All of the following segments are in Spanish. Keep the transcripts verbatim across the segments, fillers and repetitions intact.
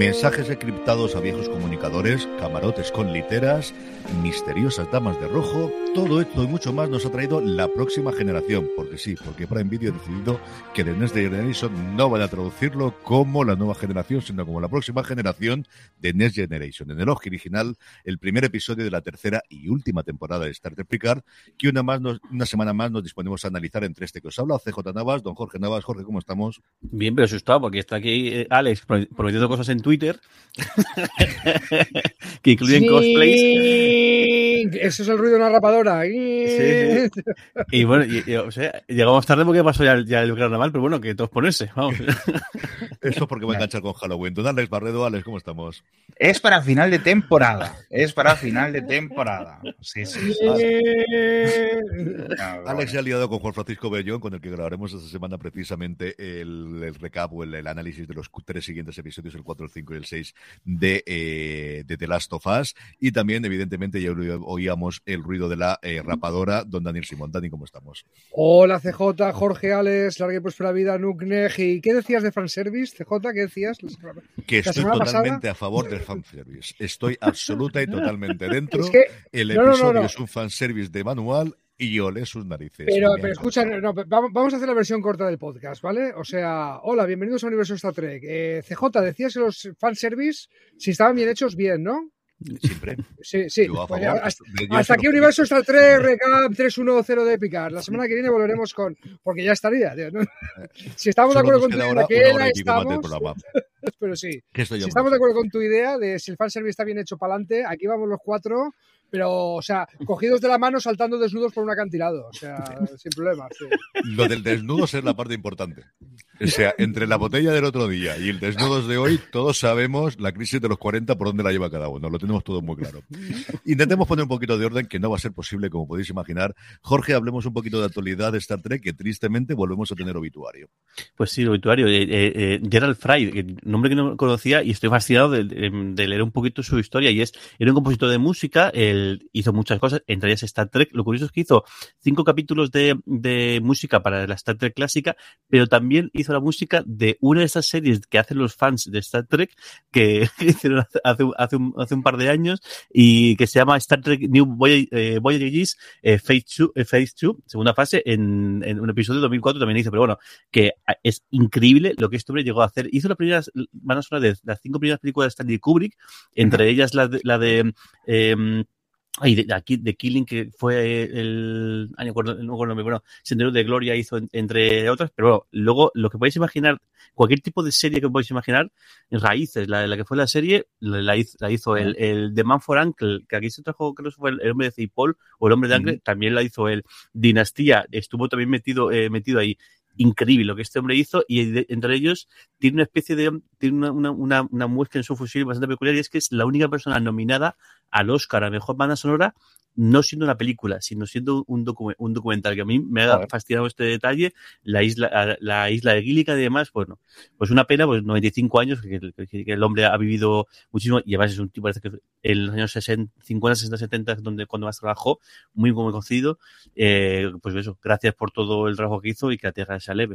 mensajes encriptados a viejos comunicadores, camarotes con literas, misteriosas damas de rojo, todo esto y mucho más nos ha traído la próxima generación, porque sí, porque Prime Video ha decidido que The Next Generation no van a traducirlo como la nueva generación, sino como la próxima generación de Next Generation. En el original, el primer episodio de la tercera y última temporada de Star Trek Picard, que una, más nos, una semana más nos disponemos a analizar entre este que os habla, C J Navas, don Jorge Navas. Jorge, ¿cómo estamos? Bien, pero asustado, porque está aquí eh, Alex prometiendo cosas en Twitter que incluyen sí, cosplays. Eso es el ruido de una rapadora. Sí, sí. Y bueno, y, y, o sea, llegamos tarde porque pasó ya, ya el carnaval, pero bueno, que todos ponerse, vamos. Eso es porque va a enganchar con Halloween. Don Alex Barredo, Alex, ¿cómo estamos? Es para final de temporada. Es para final de temporada. Sí, sí, sí. No, Alex se ha liado con Juan Francisco Bellón, con el que grabaremos esta semana precisamente el, el recap o el, el análisis de los tres siguientes episodios, el cuatro, el cinco y el seis de, eh, de The Last of Us. Y también, evidentemente, ya oíamos el ruido de la eh, rapadora. Don Daniel Simón. Dani, ¿cómo estamos? Hola, C J, Jorge, Alex, larga y próspera vida, Nuknej. ¿Y qué decías de fanservice, C J? ¿Qué decías? Que estoy totalmente pasada? a favor del fanservice. Estoy absoluta y totalmente dentro. Es que, el no, episodio no, no, no. es un fanservice de manual y olé sus narices. Pero, pero escucha, no, vamos a hacer la versión corta del podcast, ¿vale? O sea, hola, bienvenidos a Universo Star Trek. Eh, C J, decías que los fanservice, si estaban bien hechos, bien, ¿no? Siempre. Sí, sí. Pues favor, hasta hasta aquí Universo Star Trek, Recap tres uno cero de Picard. La semana que viene volveremos con... Porque ya estaría, tío, ¿no? Si estamos Solo de acuerdo con tu idea, que la estamos... Pero sí, si estamos de acuerdo con tu idea de si el fanservice está bien hecho para adelante, aquí vamos los cuatro... Pero, o sea, cogidos de la mano saltando desnudos por un acantilado. O sea, sin problemas. Sí. Lo del desnudos es la parte importante. O sea, entre la botella del otro día y el desnudos de hoy, todos sabemos la crisis de los cuarenta por dónde la lleva cada uno. Lo tenemos todo muy claro. Intentemos poner un poquito de orden, que no va a ser posible, como podéis imaginar. Jorge, hablemos un poquito de actualidad de Star Trek, que tristemente volvemos a tener obituario. Pues sí, el obituario. Eh, eh, Gerald Fry, nombre que no conocía, y estoy fascinado de, de, de leer un poquito su historia. Y es, era un compositor de música, el hizo muchas cosas, entre ellas Star Trek. Lo curioso es que hizo cinco capítulos de, de música para la Star Trek clásica, pero también hizo la música de una de esas series que hacen los fans de Star Trek, que hicieron hace, hace, un, hace un par de años, y que se llama Star Trek New Voyages, eh, Voyages eh, Phase dos, eh, Phase dos, segunda fase, en, en un episodio de dos mil cuatro también hizo, pero bueno, que es increíble lo que este hombre llegó a hacer. Hizo las primeras bandas sonoras de las cinco primeras películas de Stanley Kubrick, entre uh-huh. ellas la de, la de eh, Ay, de, aquí, de Killing, que fue el año, no recuerdo el nombre, bueno, Sendero de Gloria hizo en, entre otras, pero bueno, luego lo que podéis imaginar, cualquier tipo de serie que podéis imaginar, Raíces, la, la que fue la serie, la, la hizo, la hizo el, el The Man for Uncle, que aquí se trajo, creo que fue el, el hombre de Cipoll, o el hombre de Uncle, mm-hmm. también la hizo el Dinastía, estuvo también metido, eh, metido ahí. Increíble lo que este hombre hizo, y de, entre ellos tiene una especie de tiene una, una, una, una muesca en su fusil bastante peculiar, y es que es la única persona nominada al Oscar a Mejor Banda Sonora, no siendo una película, sino siendo un, docu- un documental, que a mí me ha fascinado este detalle. La isla la isla de Gilligan y demás, bueno, pues una pena, pues noventa y cinco años, que, que, que el hombre ha vivido muchísimo, y además es un tipo, parece que en los años sesenta, cincuenta, sesenta, setenta, donde cuando más trabajó, muy, muy conocido. Eh, pues eso, gracias por todo el trabajo que hizo, y que la tierra sea leve.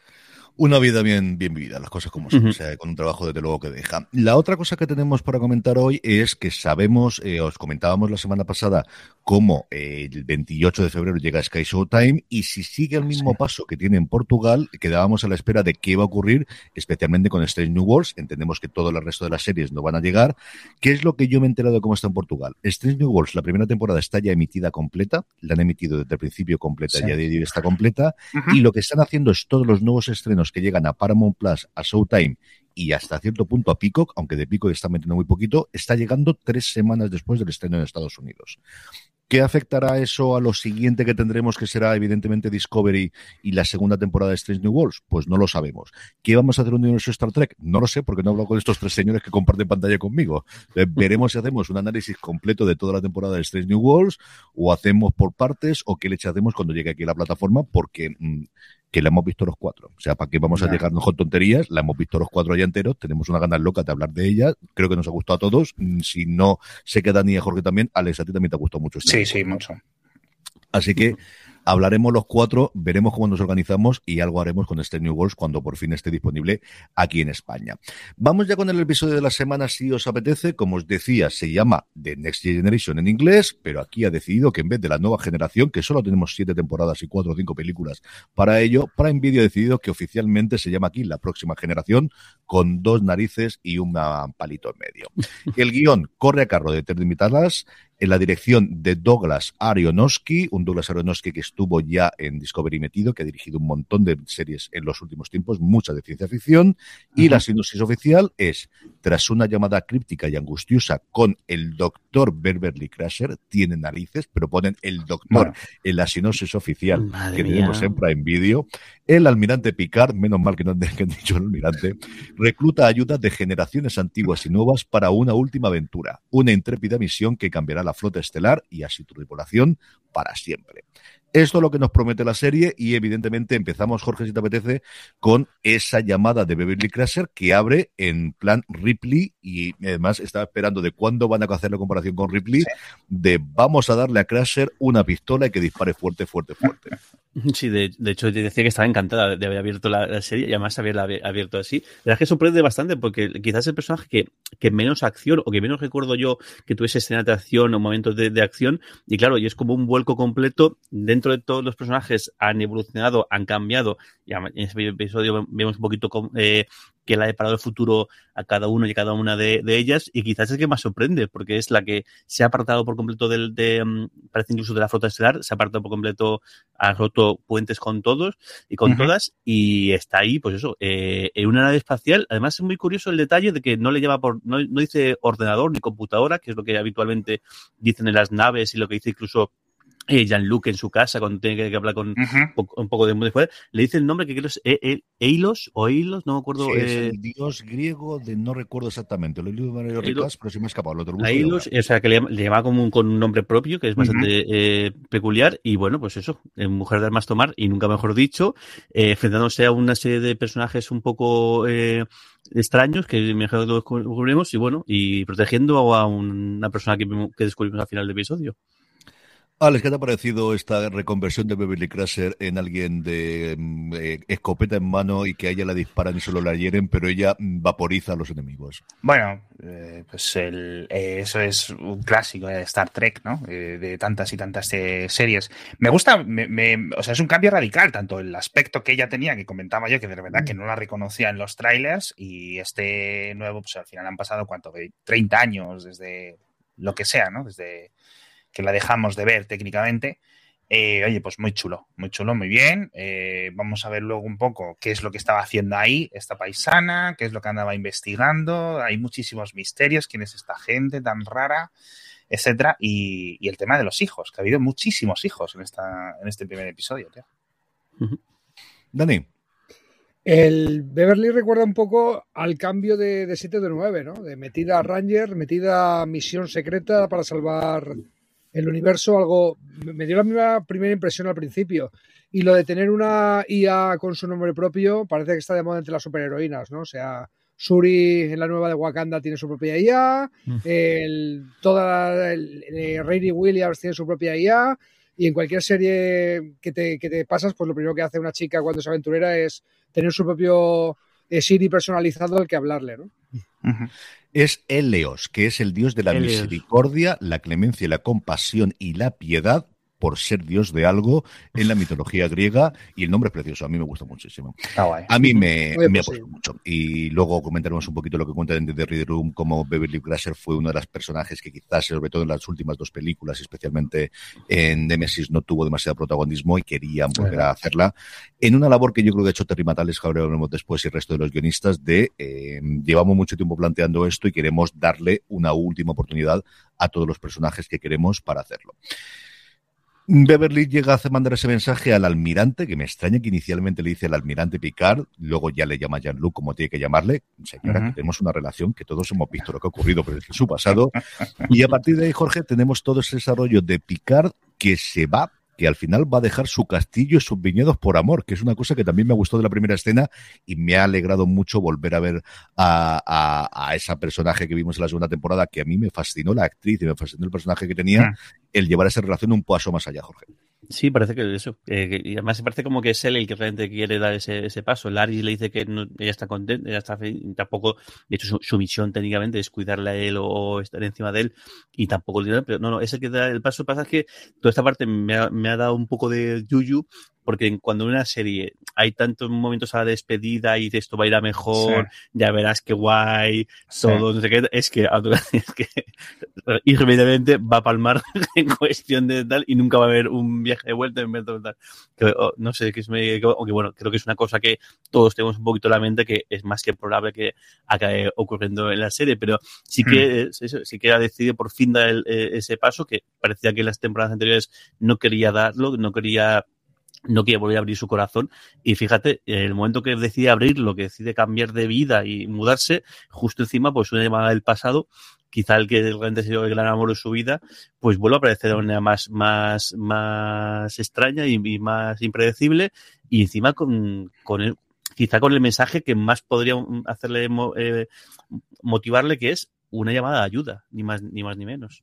Una vida bien, bien vivida, las cosas como son, uh-huh. o sea, con un trabajo desde luego que deja. La otra cosa que tenemos para comentar hoy es que sabemos, eh, os comentábamos la semana pasada, cómo eh, el veintiocho de febrero llega Sky Showtime, y si sigue el mismo sí. paso que tiene en Portugal, quedábamos a la espera de qué va a ocurrir, especialmente con Strange New Worlds. Entendemos que todo el resto de las series no van a llegar. ¿Qué es lo que yo me he enterado de cómo está en Portugal? Strange New Worlds, la primera temporada está ya emitida completa, la han emitido desde el principio completa, sí. ya de hoy está completa, uh-huh. y lo que están haciendo es todos los nuevos estrenos que llegan a Paramount Plus, a Showtime y hasta cierto punto a Peacock, aunque de Peacock está metiendo muy poquito, está llegando tres semanas después del estreno en Estados Unidos. ¿Qué afectará eso a lo siguiente que tendremos, que será evidentemente Discovery y la segunda temporada de Strange New Worlds? Pues no lo sabemos. ¿Qué vamos a hacer un universo Star Trek? No lo sé, porque no he hablado con estos tres señores que comparten pantalla conmigo. Entonces, veremos si hacemos un análisis completo de toda la temporada de Strange New Worlds, o hacemos por partes, o qué leche hacemos cuando llegue aquí a la plataforma, porque mmm, que la hemos visto los cuatro. O sea, ¿para qué vamos a llegarnos con tonterías? La hemos visto los cuatro ya enteros, tenemos una ganas loca de hablar de ella, creo que nos ha gustado a todos. Si no sé que Dani y a Jorge también, Alex, a ti también te ha gustado mucho. Sí, sí, mucho. Así que Hablaremos los cuatro, veremos cómo nos organizamos y algo haremos con este New Worlds cuando por fin esté disponible aquí en España. Vamos ya con el episodio de la semana, si os apetece. Como os decía, se llama The Next Generation en inglés, pero aquí ha decidido que en vez de la nueva generación, que solo tenemos siete temporadas y cuatro o cinco películas para ello, Prime Video ha decidido que oficialmente se llama aquí La Próxima Generación, con dos narices y un palito en medio. El guión corre a cargo de Terry Matalas, en la dirección de Douglas Aronofsky, un Douglas Aronofsky que estuvo ya en Discovery metido, que ha dirigido un montón de series en los últimos tiempos, muchas de ciencia ficción, y uh-huh. La sinopsis oficial es: tras una llamada críptica y angustiosa con el doctor Beverly Crusher, tienen narices, pero ponen el doctor bueno. en la sinopsis oficial Madre que mía. tenemos en Prime Video, el almirante Picard, menos mal que no han dicho el almirante, recluta ayuda de generaciones antiguas y nuevas para una última aventura, una intrépida misión que cambiará la flota estelar y así tu tripulación para siempre. Esto es lo que nos promete la serie y evidentemente empezamos, Jorge, si te apetece, con esa llamada de Beverly Crusher que abre en plan Ripley, y además estaba esperando de cuándo van a hacer la comparación con Ripley, sí. de vamos a darle a Crusher una pistola y que dispare fuerte, fuerte, fuerte. Sí, de, de hecho te decía que estaba encantada de haber abierto la, la serie y además haberla abierto así. La verdad es que sorprende bastante porque quizás el personaje que, que menos acción o que menos recuerdo yo que tuviese escenas de acción o momentos de, de acción, y claro, y es como un vuelco completo. Dentro de todos los personajes han evolucionado, han cambiado, y en este episodio vemos un poquito con, eh, que le ha deparado el futuro a cada uno y a cada una de, de ellas, y quizás es que más sorprende, porque es la que se ha apartado por completo del, de, um, parece incluso de la flota estelar, se ha apartado por completo, ha roto puentes con todos y con uh-huh. todas, y está ahí, pues eso, eh, en una nave espacial. Además es muy curioso el detalle de que no le llama por, no, no dice ordenador ni computadora, que es lo que habitualmente dicen en las naves y lo que dice incluso Eh, Jean-Luc en su casa cuando tiene que, que hablar con uh-huh. un poco de después, le dice el nombre que creo es e- Eilos o Eilos, no me acuerdo. Sí, eh... es el dios griego de no recuerdo exactamente, lo he leído de manera ricas, pero sí me ha escapado. Lo otro Eilos, o sea, que le, le llama como un, con un nombre propio que es bastante uh-huh. eh, peculiar, y bueno, pues eso, eh, mujer de armas tomar, y nunca mejor dicho, eh, enfrentándose a una serie de personajes un poco eh, extraños que mejor lo descubrimos, y bueno, y protegiendo a una persona que, que descubrimos al final del episodio. Alex, ¿qué te ha parecido esta reconversión de Beverly Crusher en alguien de eh, escopeta en mano y que a ella la disparan y solo la hieren, pero ella vaporiza a los enemigos? Bueno, eh, pues el, eh, eso es un clásico de Star Trek, ¿no? Eh, de tantas y tantas eh, series. Me gusta, me, me, o sea, es un cambio radical, tanto el aspecto que ella tenía, que comentaba yo, que de verdad que no la reconocía en los trailers, y este nuevo, pues al final han pasado, ¿cuánto? treinta años desde lo que sea, ¿no? Desde que la dejamos de ver técnicamente. Eh, oye, pues muy chulo, muy chulo, muy bien. Eh, vamos a ver luego un poco qué es lo que estaba haciendo ahí esta paisana, qué es lo que andaba investigando. Hay muchísimos misterios, quién es esta gente tan rara, etcétera. Y, y el tema de los hijos, que ha habido muchísimos hijos en, esta, en este primer episodio, tío. Uh-huh. Dani. El Beverly recuerda un poco al cambio de, de siete de nueve, ¿no? De metida a Ranger, metida a misión secreta para salvar el universo. Algo me dio la misma primera impresión al principio, y lo de tener una I A con su nombre propio parece que está de moda entre las superheroínas, ¿no? O sea, Shuri en la nueva de Wakanda tiene su propia I A, mm. el, toda el, el Riri Williams tiene su propia I A, y en cualquier serie que te, que te pasas, pues lo primero que hace una chica cuando es aventurera es tener su propio eh, Siri personalizado al que hablarle, ¿no? Uh-huh. Es Helios, que es el dios de la Helios. misericordia, la clemencia, la compasión y la piedad, por ser dios de algo en la mitología griega, y el nombre es precioso, a mí me gusta muchísimo. Ah, guay. A mí me, me ha puesto mucho. Y luego comentaremos un poquito lo que cuenta en The Read Room, como Beverly Crusher fue uno de los personajes que quizás, sobre todo en las últimas dos películas, especialmente en Nemesis, no tuvo demasiado protagonismo y querían volver uh-huh. a hacerla. En una labor que yo creo que ha hecho Terry Matalas, que hablaremos después, y el resto de los guionistas, de eh, llevamos mucho tiempo planteando esto y queremos darle una última oportunidad a todos los personajes que queremos para hacerlo. Beverly llega a mandar ese mensaje al almirante, que me extraña que inicialmente le dice al almirante Picard, luego ya le llama Jean-Luc, como tiene que llamarle. Señora, uh-huh. que tenemos una relación, que todos hemos visto lo que ha ocurrido pero en su pasado. Y a partir de ahí, Jorge, tenemos todo ese desarrollo de Picard que se va, que al final va a dejar su castillo y sus viñedos por amor, que es una cosa que también me gustó de la primera escena y me ha alegrado mucho volver a ver a, a, a ese personaje que vimos en la segunda temporada, que a mí me fascinó la actriz y me fascinó el personaje que tenía, uh-huh. el llevar esa relación un paso más allá, Jorge. Sí, parece que eso. Eh, que, y además se parece como que es él el que realmente quiere dar ese, ese paso. Larry le dice que no, ella está contenta, ella está feliz, y tampoco, de hecho, su, su misión técnicamente es cuidarle a él o, o estar encima de él, y tampoco le da, pero no, no, es el que da el paso. Pasa es que toda esta parte me ha, me ha dado un poco de yuyu, porque cuando en una serie hay tantos momentos a la despedida y de esto va a ir a mejor, sí. ya verás qué guay, sí. todo, no sé qué, es que, es que irremediablemente va a palmar en cuestión de tal y nunca va a haber un viaje de vuelta en vez de tal. Que, oh, no sé, que es me, aunque bueno, creo que es una cosa que todos tenemos un poquito en la mente, que es más que probable que acabe ocurriendo en la serie, pero sí que, hmm. eso, sí que ha decidido por fin dar el, ese paso, que parecía que en las temporadas anteriores no quería darlo, no quería no quiere volver a abrir su corazón, y fíjate, el momento que decide abrirlo, que decide cambiar de vida y mudarse, justo encima, pues una llamada del pasado, quizá el que realmente ha sido el gran amor de su vida, pues vuelve a aparecer de una manera más, más, más extraña y, y más impredecible, y encima con, con el, quizá con el mensaje que más podría hacerle eh, motivarle, que es una llamada de ayuda, ni más ni más ni menos.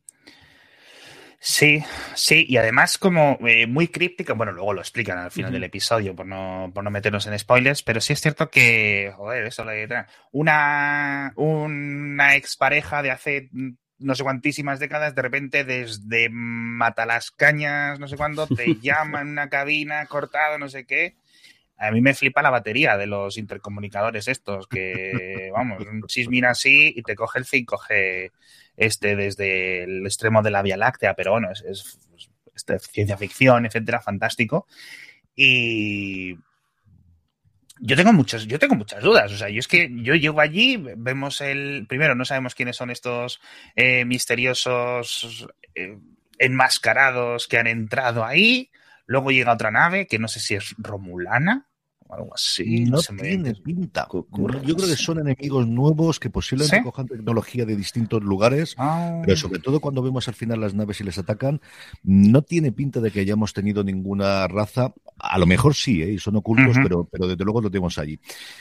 Sí, sí, y además como eh, muy críptica, bueno, luego lo explican al final uh-huh. del episodio por no, por no meternos en spoilers, pero sí es cierto que, joder, eso le una, una expareja de hace no sé cuantísimas décadas, de repente desde Matalascañas, no sé cuándo, te llama en una cabina cortada, no sé qué. A mí me flipa la batería de los intercomunicadores estos, que, vamos, un chismín así y te coge el cinco G este desde el extremo de la Vía Láctea, pero bueno, es, es, es ciencia ficción, etcétera, fantástico. Y yo tengo muchos, yo tengo muchas dudas. O sea, yo es que yo llego allí, vemos el... Primero, no sabemos quiénes son estos eh, misteriosos eh, enmascarados que han entrado ahí. Luego llega otra nave, que no sé si es romulana o algo así. No, no se tiene me... pinta. Yo creo que son enemigos nuevos que posiblemente ¿sí? cojan tecnología de distintos lugares, ah. pero sobre todo cuando vemos al final las naves y les atacan, no tiene pinta de que hayamos tenido ninguna raza. A lo mejor sí, ¿eh? Y son ocultos, uh-huh. pero, pero desde luego lo tenemos allí.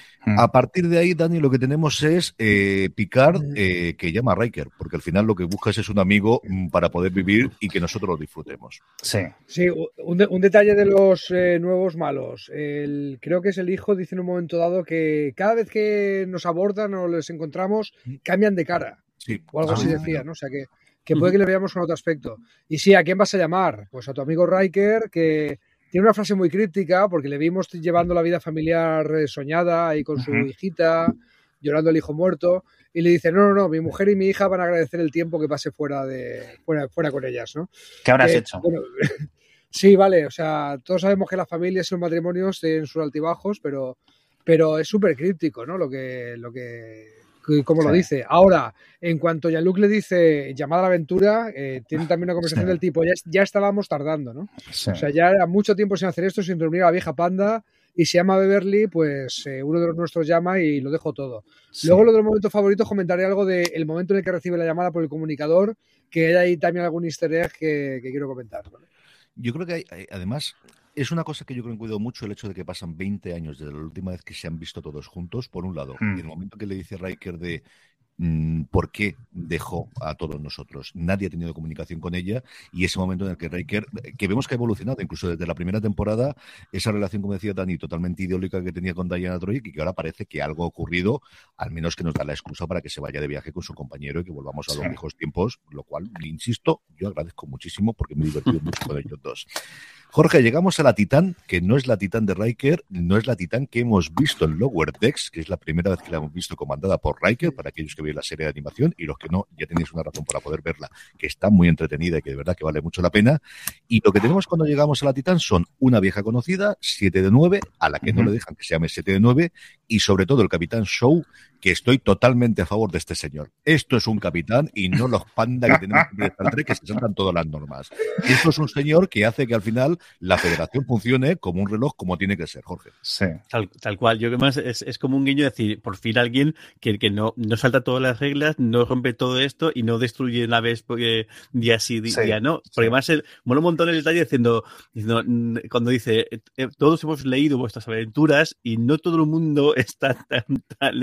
A partir de ahí, Dani, lo que tenemos es eh, Picard eh, que llama a Riker, porque al final lo que buscas es un amigo para poder vivir y que nosotros lo disfrutemos. Sí, sí, un, de, un detalle de los eh, nuevos malos. El, creo que es el hijo, dice en un momento dado que cada vez que nos abordan o les encontramos, cambian de cara. Sí. O algo ah, así decía, ¿no? O sea, que, que puede que le veamos con otro aspecto. Y sí, ¿a quién vas a llamar? Pues a tu amigo Riker, que... Tiene una frase muy críptica porque le vimos llevando la vida familiar soñada ahí con su uh-huh. hijita, llorando el hijo muerto, y le dice, no, no, no, mi mujer y mi hija van a agradecer el tiempo que pase fuera de fuera, fuera con ellas, ¿no? ¿Qué habrás eh, hecho? Bueno, sí, vale, o sea, todos sabemos que las familias y los matrimonios tienen sus altibajos, pero, pero es súper críptico, ¿no? Lo que, lo que como sí. lo dice. Ahora, en cuanto Jean-Luc le dice llamada a la aventura, eh, tienen también una conversación sí. del tipo, ya, ya estábamos tardando, ¿no? Sí. O sea, ya era mucho tiempo sin hacer esto, sin reunir a la vieja panda, y se llama Beverly, pues eh, uno de los nuestros llama y lo dejo todo. Sí. Luego, lo de los momentos favoritos, comentaré algo del momento en el que recibe la llamada por el comunicador, que hay ahí también algún easter egg que, que quiero comentar, ¿vale? Yo creo que hay, hay, además... Es una cosa que yo creo que cuido mucho el hecho de que pasan veinte años desde la última vez que se han visto todos juntos, por un lado. Mm. Y el momento que le dice Riker de mmm, por qué dejó a todos nosotros. Nadie ha tenido comunicación con ella y ese momento en el que Riker, que vemos que ha evolucionado, incluso desde la primera temporada, esa relación, como decía Dani, totalmente ideológica que tenía con Diana Troy y que ahora parece que algo ha ocurrido, al menos que nos da la excusa para que se vaya de viaje con su compañero y que volvamos a los sí. viejos tiempos, lo cual, insisto, yo agradezco muchísimo porque me he divertido mucho con ellos dos. Jorge, llegamos a la Titán, que no es la Titán de Riker, no es la Titán que hemos visto en Lower Decks, que es la primera vez que la hemos visto comandada por Riker, para aquellos que vean la serie de animación, y los que no, ya tenéis una razón para poder verla, que está muy entretenida y que de verdad que vale mucho la pena. Y lo que tenemos cuando llegamos a la Titán son una vieja conocida, siete de nueve, a la que uh-huh. no le dejan que se llame siete de nueve, y sobre todo el Capitán Shaw, que estoy totalmente a favor de este señor. Esto es un capitán y no los panda que tenemos en Star Trek que se saltan todas las normas. Esto es un señor que hace que al final la federación funcione como un reloj como tiene que ser, Jorge. Sí. Tal, tal cual. Yo creo que más es, es como un guiño decir, por fin alguien que, que no, no salta todas las reglas, no rompe todo esto y no destruye naves porque día sí, día sí, no. Porque sí. más el, mola un montón el detalle diciendo, diciendo, cuando dice, todos hemos leído vuestras aventuras y no todo el mundo está tan, tan, le mola tanto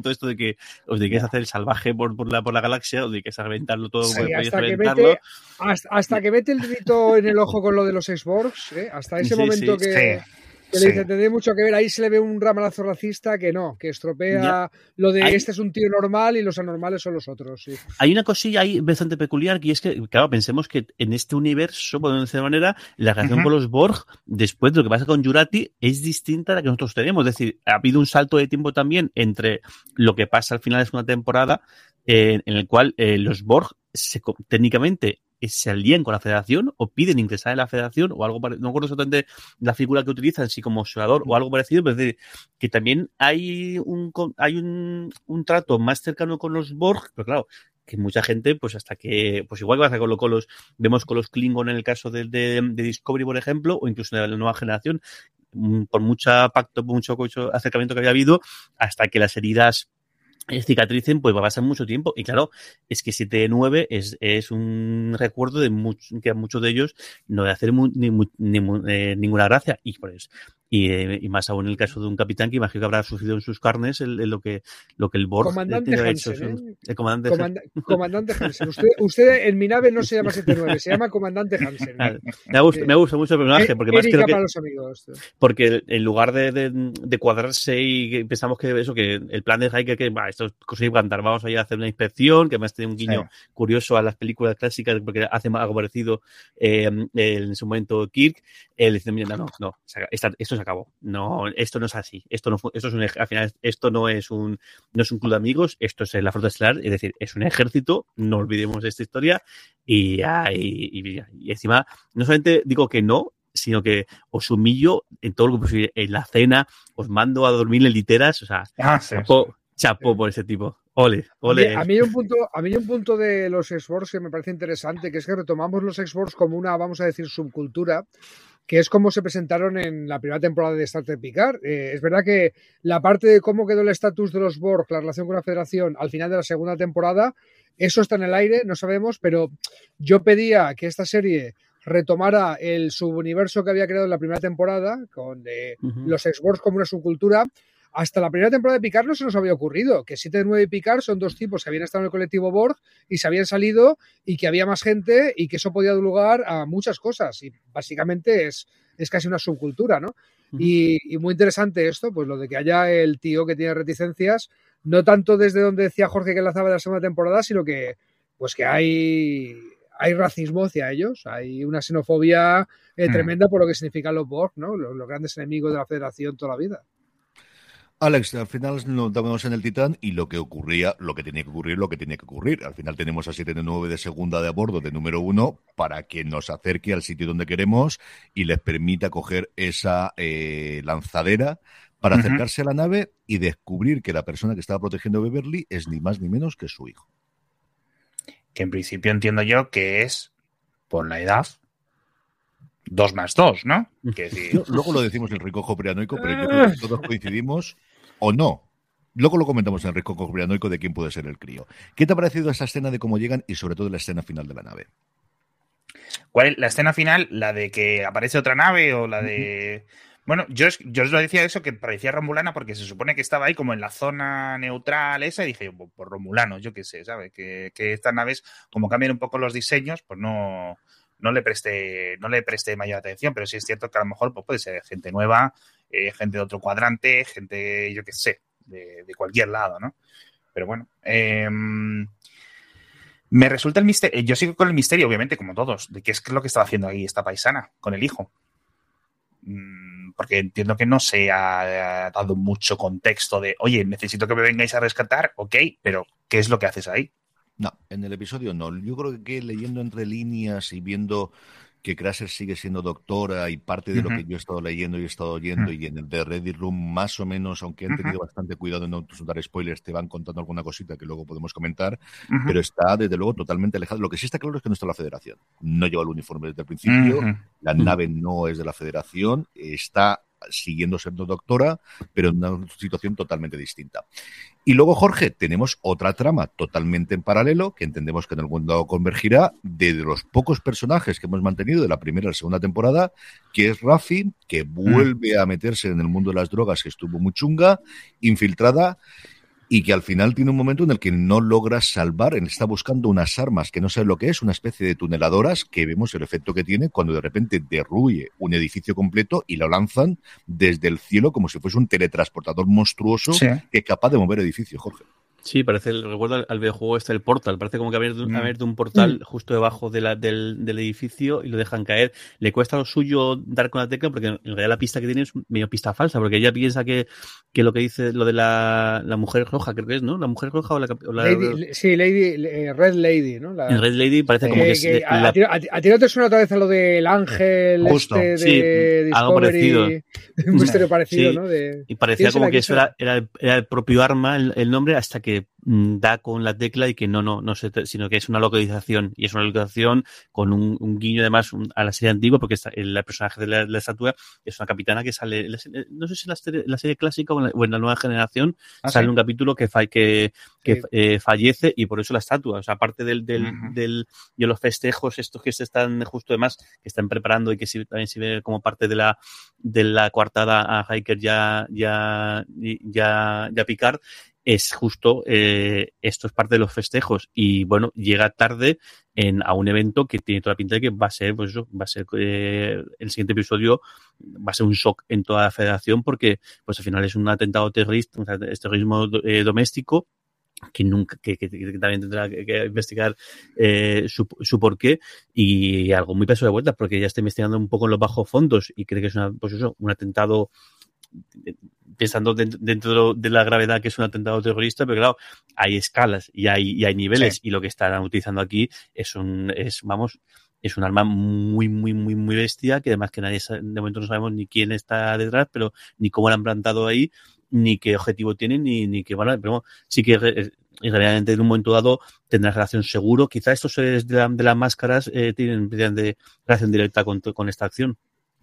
momento esto de que os dediquéis a hacer el salvaje por, por, la, por la galaxia, os dediquéis a reventarlo todo. Sí, como hasta, que mete, hasta, hasta que mete el dedito en el ojo con lo de los Xbox, ¿eh? Hasta ese sí, momento sí, que... Sí. Que le dice, tendría mucho que ver, ahí se le ve un ramalazo racista que no, que estropea ya. Lo de hay, este es un tío normal y los anormales son los otros. Sí. Hay una cosilla ahí bastante peculiar, y es que, claro, pensemos que en este universo, por decirlo de alguna manera, la relación uh-huh. con los Borg, después de lo que pasa con Jurati, es distinta a la que nosotros tenemos. Es decir, ha habido un salto de tiempo también entre lo que pasa al final de una temporada, eh, en el cual eh, los Borg se, técnicamente se alían con la Federación o piden ingresar en la Federación o algo parecido. No recuerdo exactamente la figura que utilizan, si como observador o algo parecido, pero es decir, que también hay un hay un, un trato más cercano con los Borg, pero claro, que mucha gente, pues hasta que, pues igual que pasa con los, con los vemos con los Klingon en el caso de, de, de Discovery, por ejemplo, o incluso de la nueva generación, por mucha pacto, por mucho, mucho acercamiento que había habido, hasta que las heridas cicatricen, pues va a pasar mucho tiempo. Y claro, es que siete nueve es, es un recuerdo de much, que a muchos de ellos no de hacer mu, ni, ni, ni, eh, ninguna gracia. Y por eso. Y, eh, y más aún en el caso de un capitán que imagino que habrá sufrido en sus carnes el, el, lo que lo que el Borg comandante ha hecho. Hansen, ¿eh? El comandante Comanda, Comandante Hansen. Usted, usted en mi nave no se llama siete nueve, se llama Comandante Hansen. Me gusta, me gusta mucho el personaje. Porque más creo que, para los amigos. Porque en lugar de, de, de cuadrarse y pensamos que eso, que el plan de Riker, que va, esto es cosa de cantar, vamos a ir a hacer una inspección, que además tiene un guiño sí. curioso a las películas clásicas, porque hace algo parecido eh, en su momento Kirk. Él dice, mira, no, no, no, esto se acabó. No, esto no es así. Esto no, esto es un, al final, esto no es un, no es un club de amigos. Esto es la flota estelar. Es decir, es un ejército. No olvidemos de esta historia. Y, y, y, y encima, no solamente digo que no, sino que os humillo en todo lo que posible. En la cena, os mando a dormir en literas. O sea, ah, sí, chapó, sí. chapó sí. por ese tipo. Ole, ole. A mí, a mí hay un punto, a mí hay un punto de los Xborgs que me parece interesante, que es que retomamos los Xborgs como una, vamos a decir, subcultura, que es como se presentaron en la primera temporada de Star Trek Picard. Eh, es verdad que la parte de cómo quedó el estatus de los Borg, la relación con la Federación, al final de la segunda temporada, eso está en el aire, no sabemos, pero yo pedía que esta serie retomara el subuniverso que había creado en la primera temporada, con eh, uh-huh. los Xborgs como una subcultura. Hasta la primera temporada de Picard no se nos había ocurrido que siete nueve y Picard son dos tipos que habían estado en el colectivo Borg y se habían salido y que había más gente y que eso podía dar lugar a muchas cosas y básicamente es, es casi una subcultura, ¿no? Uh-huh. Y, y muy interesante esto, pues lo de que haya el tío que tiene reticencias, no tanto desde donde decía Jorge que enlazaba de la segunda temporada, sino que pues que hay, hay racismo hacia ellos, hay una xenofobia eh, uh-huh. tremenda por lo que significan los Borg, ¿no? Los, los grandes enemigos de la Federación toda la vida. Alex, al final nos vemos en el Titán y lo que ocurría, lo que tenía que ocurrir, lo que tenía que ocurrir. Al final tenemos a siete nueve de segunda de a bordo de número uno para que nos acerque al sitio donde queremos y les permita coger esa eh, lanzadera para uh-huh. acercarse a la nave y descubrir que la persona que estaba protegiendo a Beverly es ni más ni menos que su hijo. Que en principio entiendo yo que es, por la edad, dos más dos, ¿no? Que decir... no, luego lo decimos en el recojo piranoico, pero yo creo que todos coincidimos o no. Luego lo comentamos en el recojo piranoico de quién puede ser el crío. ¿Qué te ha parecido esa escena de cómo llegan y sobre todo la escena final de la nave? ¿Cuál es la escena final? ¿La de que aparece otra nave o la de...? Bueno, yo, yo os lo decía eso, que parecía romulana porque se supone que estaba ahí como en la zona neutral esa y dije, por pues romulano, yo qué sé, ¿sabes? Que, que estas naves, como cambian un poco los diseños, pues no... no le presté no le presté mayor atención, pero sí es cierto que a lo mejor pues puede ser gente nueva, eh, gente de otro cuadrante, gente, yo qué sé, de, de cualquier lado, ¿no? Pero bueno, eh, me resulta el misterio, yo sigo con el misterio, obviamente, como todos, de qué es lo que estaba haciendo ahí esta paisana con el hijo. Porque entiendo que no se ha dado mucho contexto de, oye, necesito que me vengáis a rescatar, ok, pero ¿qué es lo que haces ahí? No, en el episodio no. Yo creo que leyendo entre líneas y viendo que Crusher sigue siendo doctora y parte de uh-huh. lo que yo he estado leyendo y he estado oyendo uh-huh. y en el de Reddit Room más o menos, aunque han tenido uh-huh. bastante cuidado en no dar spoilers, te van contando alguna cosita que luego podemos comentar, uh-huh. pero está desde luego totalmente alejado. Lo que sí está claro es que no está la Federación. No lleva el uniforme desde el principio, uh-huh. la uh-huh. nave no es de la Federación, está siguiendo siendo doctora, pero en una situación totalmente distinta. Y luego, Jorge, tenemos otra trama totalmente en paralelo, que entendemos que en algún lado convergirá, de los pocos personajes que hemos mantenido de la primera a la segunda temporada, que es Raffi, que vuelve mm. a meterse en el mundo de las drogas, que estuvo muy chunga, infiltrada, y que al final tiene un momento en el que no logra salvar, él está buscando unas armas que no sabe lo que es, una especie de tuneladoras que vemos el efecto que tiene cuando de repente derruye un edificio completo y lo lanzan desde el cielo como si fuese un teletransportador monstruoso sí. que es capaz de mover edificios, Jorge. Sí, parece, recuerda al videojuego este, el Portal, parece como que ha abierto, mm. abierto un portal mm. justo debajo de la, del, del edificio y lo dejan caer. Le cuesta lo suyo dar con la tecla porque en realidad la pista que tiene es medio pista falsa, porque ella piensa que, que lo que dice lo de la, la mujer roja, creo que es, ¿no? La mujer roja o la... O la Lady, sí, Lady, Red Lady, ¿no? La, en Red Lady parece como eh, que... que es, a, la... a, ti, a ti no te suena otra vez a lo del ángel justo, este de sí, Discovery, algo parecido. Un misterio parecido, sí. ¿no? De, y parecía como que eso era, era, era el propio arma, el, el nombre, hasta que mm, da con la tecla y que no, no, no sé, sino que es una localización y es una localización con un, un guiño además a la serie antigua porque está, el, el personaje de la, la estatua es una capitana que sale, no sé si en la serie, la serie clásica o en la, o en la nueva generación ¿Ah, sale sí? un capítulo que, fa, que, que sí. eh, fallece y por eso la estatua, o sea, aparte del, del, uh-huh. del de los festejos estos que se están justo además que están preparando y que si, también se ve como parte de la de la coartada a Hiker ya ya ya, ya Picard es justo eh, esto es parte de los festejos y bueno, llega tarde en, a un evento que tiene toda la pinta de que va a ser, pues eso, va a ser eh, el siguiente episodio va a ser un shock en toda la federación porque pues al final es un atentado terrorista, un terrorismo eh, doméstico que nunca que, que, que también tendrá que, que investigar eh, su, su porqué y algo muy peso de vuelta porque ya está investigando un poco en los bajos fondos y cree que es una, pues eso, un atentado pensando dentro, dentro de la gravedad que es un atentado terrorista, pero claro, hay escalas y hay, y hay niveles sí. y lo que están utilizando aquí es un, es, vamos, es un arma muy, muy, muy, muy bestia que además que nadie sabe, de momento no sabemos ni quién está detrás, pero ni cómo la han plantado ahí, ni qué objetivo tienen, ni, ni qué van a, pero sí que y realmente en un momento dado tendrá relación seguro. Quizá estos seres de, la, de las máscaras eh, tienen de relación directa con, con esta acción.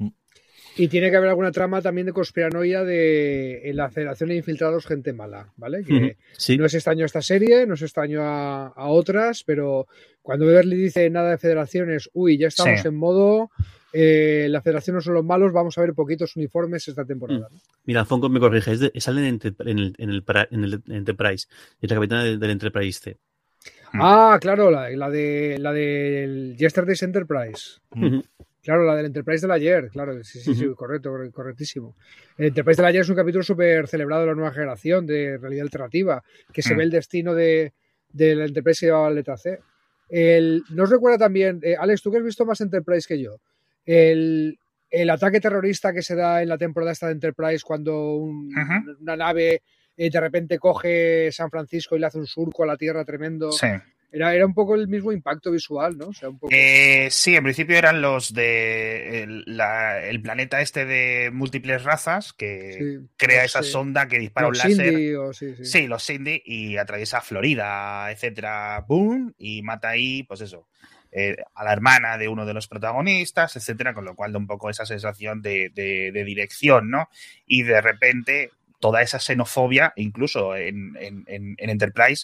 Y tiene que haber alguna trama también de conspiranoia de en la Federación de Infiltrados gente mala, ¿vale? Que sí. no es extraño a esta serie, no es extraño a, a otras, pero cuando Beverly dice nada de federaciones, uy, ya estamos sí. en modo... Eh, la federación no son los malos, vamos a ver poquitos uniformes esta temporada. ¿no? Mira, Fonco me corrige, es de, salen en, en, el, en, el, en el Enterprise, es la capitana del, del Enterprise C. Ah, claro, la, la de la del Yesterday's Enterprise. Uh-huh. Claro, la del Enterprise del ayer, claro, sí, sí, uh-huh. sí, correcto, correctísimo. El Enterprise del ayer es un capítulo súper celebrado de la nueva generación de realidad alternativa, que se uh-huh. ve el destino de, de la Enterprise que llevaba la letra C. El, ¿no os recuerda también, eh, Alex, tú que has visto más Enterprise que yo, el, el ataque terrorista que se da en la temporada esta de Enterprise cuando un, uh-huh. una nave eh, de repente coge San Francisco y le hace un surco a la Tierra tremendo? Sí. Era, era un poco el mismo impacto visual, ¿no? O sea, un poco... eh, sí, en principio eran los de el, la, el planeta este de múltiples razas que sí, crea esa sí. sonda que dispara los un láser. Cindy, o, sí, sí. sí, los Cindy y atraviesa Florida, etcétera, boom, y mata ahí, pues eso. Eh, a la hermana de uno de los protagonistas, etcétera, con lo cual da un poco esa sensación de, de, de dirección, ¿no? Y de repente toda esa xenofobia, incluso en, en, en Enterprise,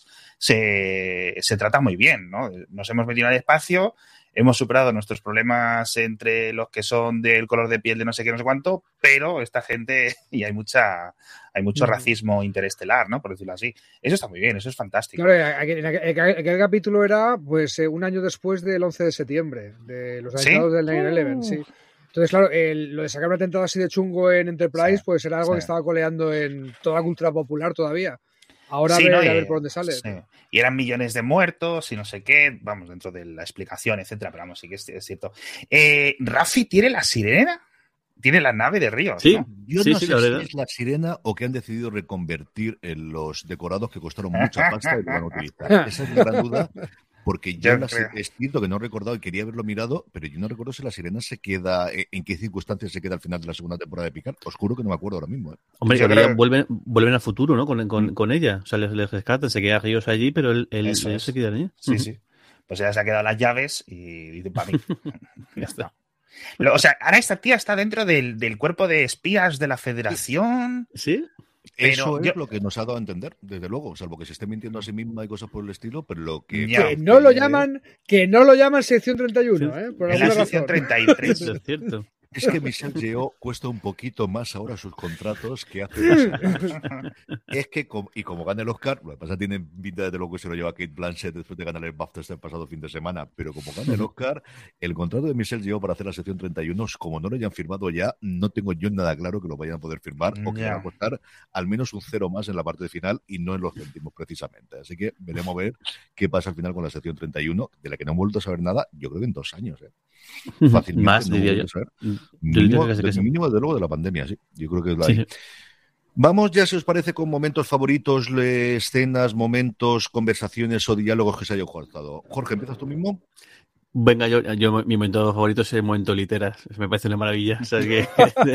se, se trata muy bien, ¿no? Nos hemos metido en el espacio, hemos superado nuestros problemas entre los que son del color de piel de no sé qué, no sé cuánto, pero esta gente, y hay mucha hay mucho uh-huh. racismo interestelar, ¿no? Por decirlo así. Eso está muy bien, eso es fantástico. Claro, aquel, aquel capítulo era, pues, un año después del once de septiembre, de los atentados ¿Sí? del nueve once, sí. Entonces, claro, el, lo de sacar un atentado así de chungo en Enterprise, sí, pues era algo sí. que estaba coleando en toda la cultura popular todavía. Ahora sí, a, ver, no, y, a ver por dónde sale. Sí. Y eran millones de muertos y no sé qué, vamos, dentro de la explicación, etcétera, pero vamos, sí que es, es cierto. Eh, ¿Raffi tiene la sirena? Tiene la nave de Ríos, sí, ¿no? Yo sí, no sí, sé si es la sirena o que han decidido reconvertir en los decorados que costaron mucha pasta y lo van a utilizar. Esa es mi gran duda. Porque yo, yo la, es cierto que no he recordado y quería haberlo mirado, pero yo no recuerdo si la sirena se queda, en qué circunstancias se queda al final de la segunda temporada de Picard. Os juro que no me acuerdo ahora mismo. ¿eh? Hombre, yo creo... vuelven, vuelven al futuro, ¿no? Con, con, con ella. O sea, les, les rescatan, se queda Ríos allí, pero él, él, él se queda allí. Sí, uh-huh. sí. Pues ella se ha quedado las llaves y dice, para mí. Ya está. O sea, ahora esta tía está dentro del, del cuerpo de espías de la Federación. ¿Sí? Pero Eso es yo... lo que nos ha dado a entender, desde luego, salvo que se esté mintiendo a sí misma y cosas por el estilo, pero lo que... Ya, que no lo llaman, que no lo llaman sección treinta y uno, ¿eh? Por alguna razón. sección treinta y tres. Es cierto. Es que Michelle Yeoh cuesta un poquito más ahora sus contratos que hace dos años. Es que, y como gana el Oscar, lo que pasa tiene pinta de lo que se lo lleva Kate Blanchett después de ganar el BAFTA este pasado fin de semana, pero como gana el Oscar, el contrato de Michelle Yeoh para hacer la sección treinta y uno, como no lo hayan firmado ya, no tengo yo nada claro que lo vayan a poder firmar o que yeah. va a costar al menos un cero más en la parte final y no en los céntimos precisamente. Así que veremos a ver qué pasa al final con la sección treinta y uno, de la que no hemos vuelto a saber nada, yo creo que en dos años. ¿eh? Fácilmente. Más, no diría yo. Mínimo, yo desde, mínimo, desde luego, de la pandemia, sí. Yo creo que es la sí. Vamos ya, si os parece, con momentos favoritos, escenas, momentos, conversaciones o diálogos que se hayan jugado. Jorge, ¿empiezas tú mismo? Venga, yo, yo mi momento favorito es el momento literas. Me parece una maravilla. O sea, que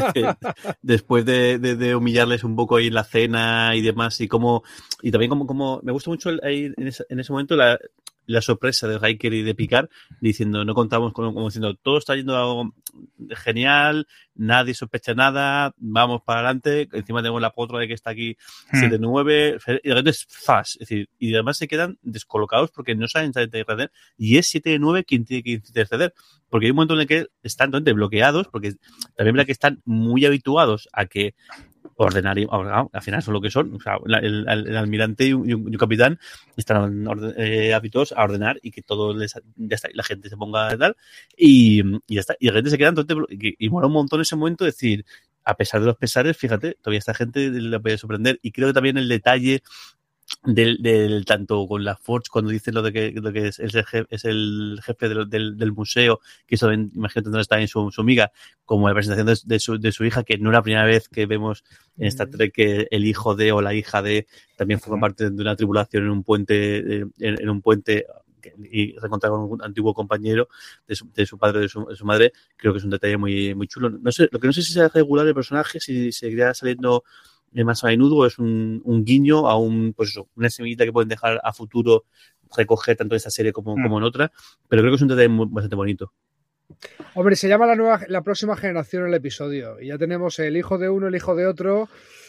después de, de, de humillarles un poco ahí en la cena y demás, y como y también como, como me gusta mucho el, ahí en, ese, en ese momento la, la sorpresa de Riker y de Picard diciendo, no contamos con, como diciendo, todo está yendo algo genial, nadie sospecha nada, vamos para adelante, encima tenemos la potra de que está aquí siete nueve, hmm. y de repente es fast, es decir, y además se quedan descolocados porque no saben interceder, y es siete nueve quien tiene que interceder, porque hay un momento en el que están totalmente bloqueados, porque también verdad que están muy habituados a que ordenar, y, al final son lo que son, o sea, el, el, el almirante y un, y un capitán están orden, eh, habituados a ordenar y que todo les, ya está, y la gente se ponga tal y, y ya está, y la gente se queda entonces, y, y mola un montón ese momento decir, a pesar de los pesares, fíjate, todavía esta gente la puede sorprender, y creo que también el detalle del, del tanto con la Forge cuando dice lo de que, lo que es, es, el jefe, es el jefe del, del, del museo, que eso imagínate donde está en su, su amiga, como la presentación de, de, su, de su hija, que no es la primera vez que vemos en Star Trek que el hijo de o la hija de también forma parte de una tripulación en un puente en, en un puente y reencontrar con un antiguo compañero de su, de su padre o de su, de su madre. Creo que es un detalle muy, muy chulo. No sé, lo que no sé si sea regular el personaje, si seguirá saliendo más a menudo, es un, un guiño a un, pues eso, una semillita que pueden dejar a futuro recoger tanto en esta serie como, mm. como en otra, pero creo que es un detalle muy, bastante bonito. Hombre, se llama la nueva, la próxima generación el episodio, y ya tenemos el hijo de uno, el hijo de otro,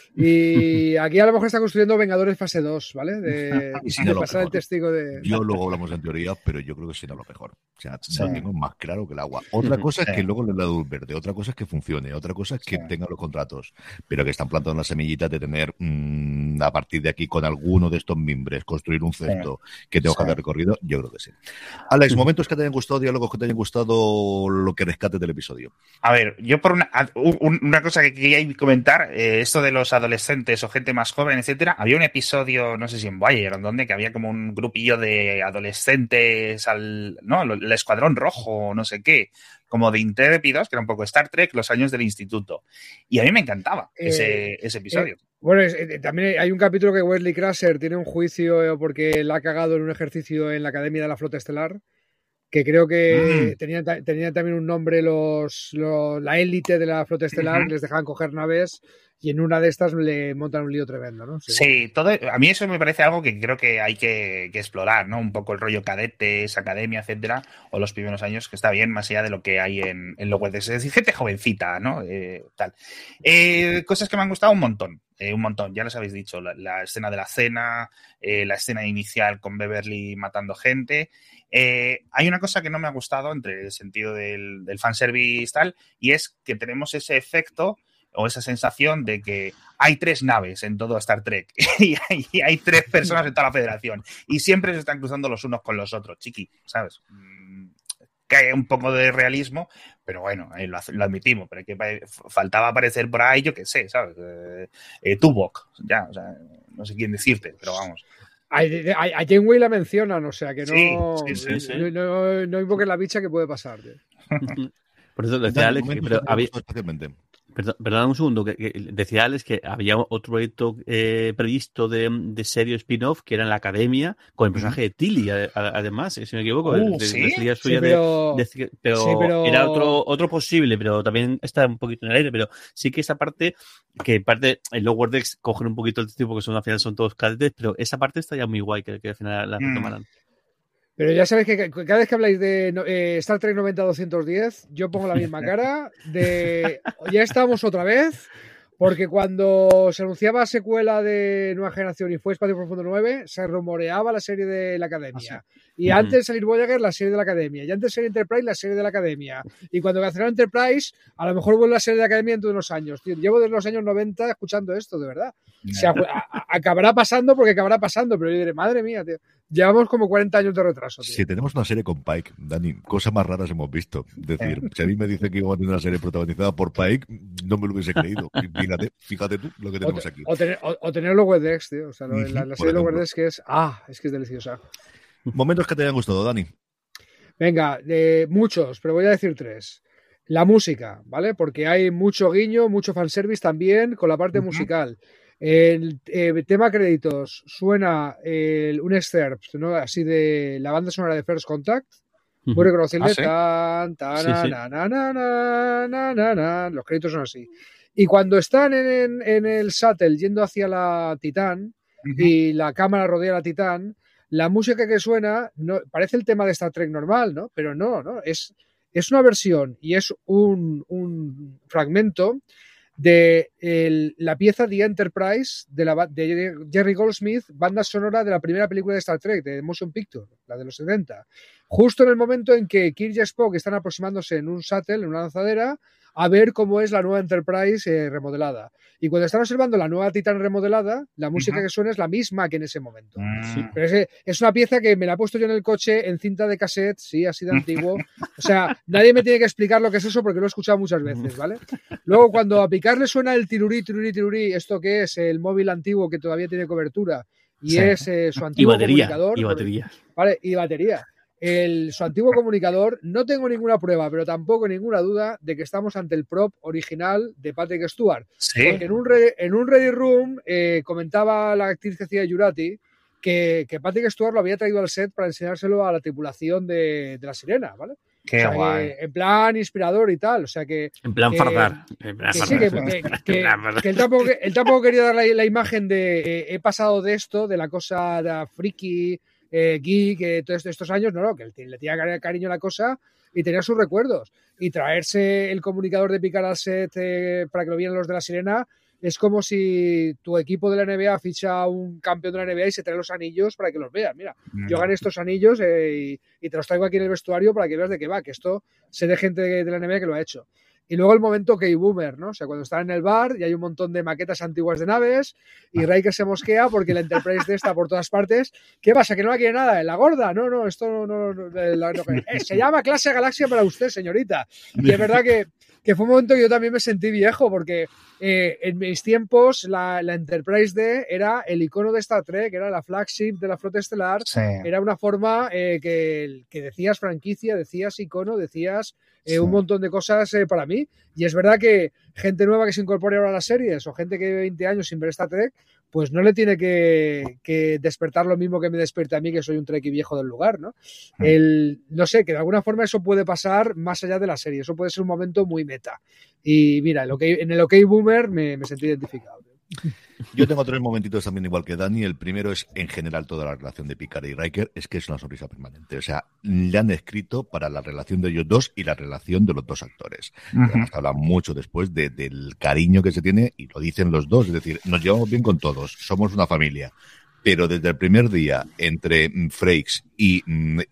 y aquí a lo mejor está construyendo Vengadores fase dos, ¿vale? De, si de no pasar el testigo de... Yo luego hablamos en teoría, pero yo creo que será lo mejor. O sea, sí. Lo tengo más claro que el agua. Otra cosa sí. es que luego le da luz verde, otra cosa es que funcione, otra cosa es que sí. tenga los contratos, pero que están plantando una semillita de tener mmm, a partir de aquí con alguno de estos mimbres, construir un cesto sí. que tengo sí. que haber recorrido, yo creo que sí. Alex, momentos que te hayan gustado, diálogos que te hayan gustado, lo que rescate del episodio. A ver, yo por una, una cosa que quería comentar, eh, esto de los adolescentes o gente más joven, etcétera. Había un episodio, no sé si en Wire o donde, que había como un grupillo de adolescentes al, no, el Escuadrón Rojo, no sé qué, como de intrépidos, que era un poco Star Trek, los años del instituto. Y a mí me encantaba eh, ese, ese episodio. Eh, bueno, es, eh, también hay un capítulo que Wesley Crusher tiene un juicio porque la ha cagado en un ejercicio en la Academia de la Flota Estelar, que creo que mm. tenía, tenía también un nombre los, los la élite de la Flota Estelar, uh-huh. que les dejaban coger naves. Y en una de estas le montan un lío tremendo, ¿no? Sí. sí, todo, a mí eso me parece algo que creo que hay que, que explorar, ¿no? Un poco el rollo cadetes, academia, etcétera, o los primeros años, que está bien, más allá de lo que hay en, en los webs. Es decir, gente jovencita, ¿no? Eh, tal. Eh, cosas que me han gustado un montón, eh, un montón, ya les habéis dicho. La, la escena de la cena, eh, la escena inicial con Beverly matando gente. Eh, hay una cosa que no me ha gustado entre el sentido del, del fanservice tal, y es que tenemos ese efecto o esa sensación de que hay tres naves en todo Star Trek y hay, y hay tres personas en toda la Federación y siempre se están cruzando los unos con los otros, chiqui, ¿sabes? Que hay un poco de realismo, pero bueno, eh, lo, lo admitimos, pero que faltaba aparecer por ahí, yo qué sé, ¿sabes? Eh, eh, Tuvok, ya, o sea, no sé quién decirte, pero vamos. A, a, a Janeway la mencionan, o sea, que no, sí, sí, sí, sí. no, no, no invoquen la bicha que puede pasar. Tío. Por eso decía Alex, pero había... Perdón, perdón un segundo, que, que decía Alex que había otro proyecto eh, previsto de, de serie spin-off que era en la Academia con el personaje de Tilly, a, a, además, si no me equivoco, uh, de, ¿sí? de, de, sí, pero, de, de, pero, sí, pero era otro otro posible, pero también está un poquito en el aire, pero sí que esa parte, que parte, en Lower Decks cogen un poquito el título porque son, al final son todos cadetes, pero esa parte está ya muy guay, que, que al final la retomarán. Mm. Pero ya sabéis que cada vez que habláis de eh, Star Trek noventa doscientos diez, yo pongo la misma cara de ya estamos otra vez, Porque cuando se anunciaba secuela de Nueva Generación y fue Espacio Profundo nueve, se rumoreaba la serie de la Academia. ¿Ah, sí? Y uh-huh. antes de salir Voyager, la serie de la Academia. Y antes de salir Enterprise, la serie de la Academia. Y cuando cancelaron Enterprise, a lo mejor vuelve la serie de la Academia dentro de unos años. Tío, llevo desde los años noventa escuchando esto, de verdad. O sea, a, a, acabará pasando porque acabará pasando, pero yo diré, madre mía, tío. Llevamos como cuarenta años de retraso, tío. Si tenemos una serie con Pike, Dani, cosas más raras hemos visto. Es decir, si a mí me dicen que íbamos a tener una serie protagonizada por Pike, no me lo hubiese creído. Fíjate, fíjate tú lo que tenemos o, aquí. O tener, o, o tener los Wedex, tío. O sea, lo, la, la serie de los Wedex que es, ah, es que es deliciosa. Momentos que te hayan gustado, Dani. Venga, eh, muchos, pero voy a decir tres. La música, ¿vale? Porque hay mucho guiño, mucho fanservice también con la parte uh-huh. musical. El eh, tema créditos suena el, un excerpt, ¿no? Así de la banda sonora de First Contact, muy uh-huh. reconocible. ¿Ah, sí? Tan, tan, sí, na, sí. Na, na, na, na, na, na, na. Los créditos son así. Y cuando están en, en, en el shuttle yendo hacia la Titán uh-huh. y la cámara rodea a la Titán, la música que suena no, parece el tema de Star Trek normal, ¿no? Pero no, ¿no? Es, es una versión y es un, un fragmento de el, la pieza The Enterprise de, la, de Jerry Goldsmith, banda sonora de la primera película de Star Trek, de Motion Picture, la de los setenta. Justo en el momento en que Kirk y Spock están aproximándose en un shuttle, en una lanzadera, a ver cómo es la nueva Enterprise eh, remodelada. Y cuando están observando la nueva Titan remodelada, la música uh-huh. que suena es la misma que en ese momento. Uh-huh. Pero es, es una pieza que me la he puesto yo en el coche en cinta de cassette, sí, así de antiguo. O sea, nadie me tiene que explicar lo que es eso porque lo he escuchado muchas veces, ¿vale? Luego, cuando a Picard le suena el tirurí, tirurí, tirurí, esto que es el móvil antiguo que todavía tiene cobertura y sí. es eh, su antiguo y batería, comunicador. Y batería. Vale, y batería. El, su antiguo comunicador, no tengo ninguna prueba, pero tampoco ninguna duda de que estamos ante el prop original de Patrick Stewart. ¿Sí? Porque en un, re, en un Ready Room eh, comentaba la actriz que hacía Jurati que, que Patrick Stewart lo había traído al set para enseñárselo a la tripulación de, de La Sirena, ¿vale? Qué o sea, guay. Que, en plan inspirador y tal, o sea que... En plan que, fardar. En plan que, fardar. Sí, que, que, que, que él, tampoco, él tampoco quería dar la, la imagen de eh, he pasado de esto, de la cosa de friki... Eh, geek, eh, todos estos años, no, no, que le tenía cariño a la cosa y tenía sus recuerdos. Y traerse el comunicador de Picard al set eh, para que lo vieran los de La Sirena es como si tu equipo de la N B A ficha a un campeón de la N B A y se trae los anillos para que los vean. Mira, mm. yo gané estos anillos eh, y, y te los traigo aquí en el vestuario para que veas de qué va, que esto sé de gente de, de la N B A que lo ha hecho. Y luego el momento K-Boomer, ¿no? O sea, cuando están en el bar y hay un montón de maquetas antiguas de naves y Riker se mosquea porque la Enterprise de está por todas partes. ¿Qué pasa? ¿Que no la quiere nada? ¿La gorda? No, no, esto no... no, no, la, no eh, se llama Clase Galaxia para usted, señorita. Y es verdad que, que fue un momento que yo también me sentí viejo porque eh, en mis tiempos la, la Enterprise D era el icono de Star Trek, era la flagship de la flota estelar. Sí. Era una forma eh, que, que decías franquicia, decías icono, decías... Eh, sí. Un montón de cosas eh, para mí, y es verdad que gente nueva que se incorpore ahora a las series o gente que lleve veinte años sin ver Star Trek, pues no le tiene que, que despertar lo mismo que me despierta a mí, que soy un Trekkie viejo del lugar, ¿no? Mm. El, no sé, que de alguna forma eso puede pasar más allá de la serie, eso puede ser un momento muy meta, y mira, en, okay, en el OK Boomer me, me sentí identificado. Yo tengo tres momentitos también igual que Dani. El primero es, en general, toda la relación de Picard y Riker, es que es una sonrisa permanente. O sea, le han escrito para la relación de ellos dos y la relación de los dos actores. Uh-huh. Además, habla mucho después de, del cariño que se tiene, y lo dicen los dos, es decir, nos llevamos bien con todos, somos una familia. Pero desde el primer día, entre Frakes y,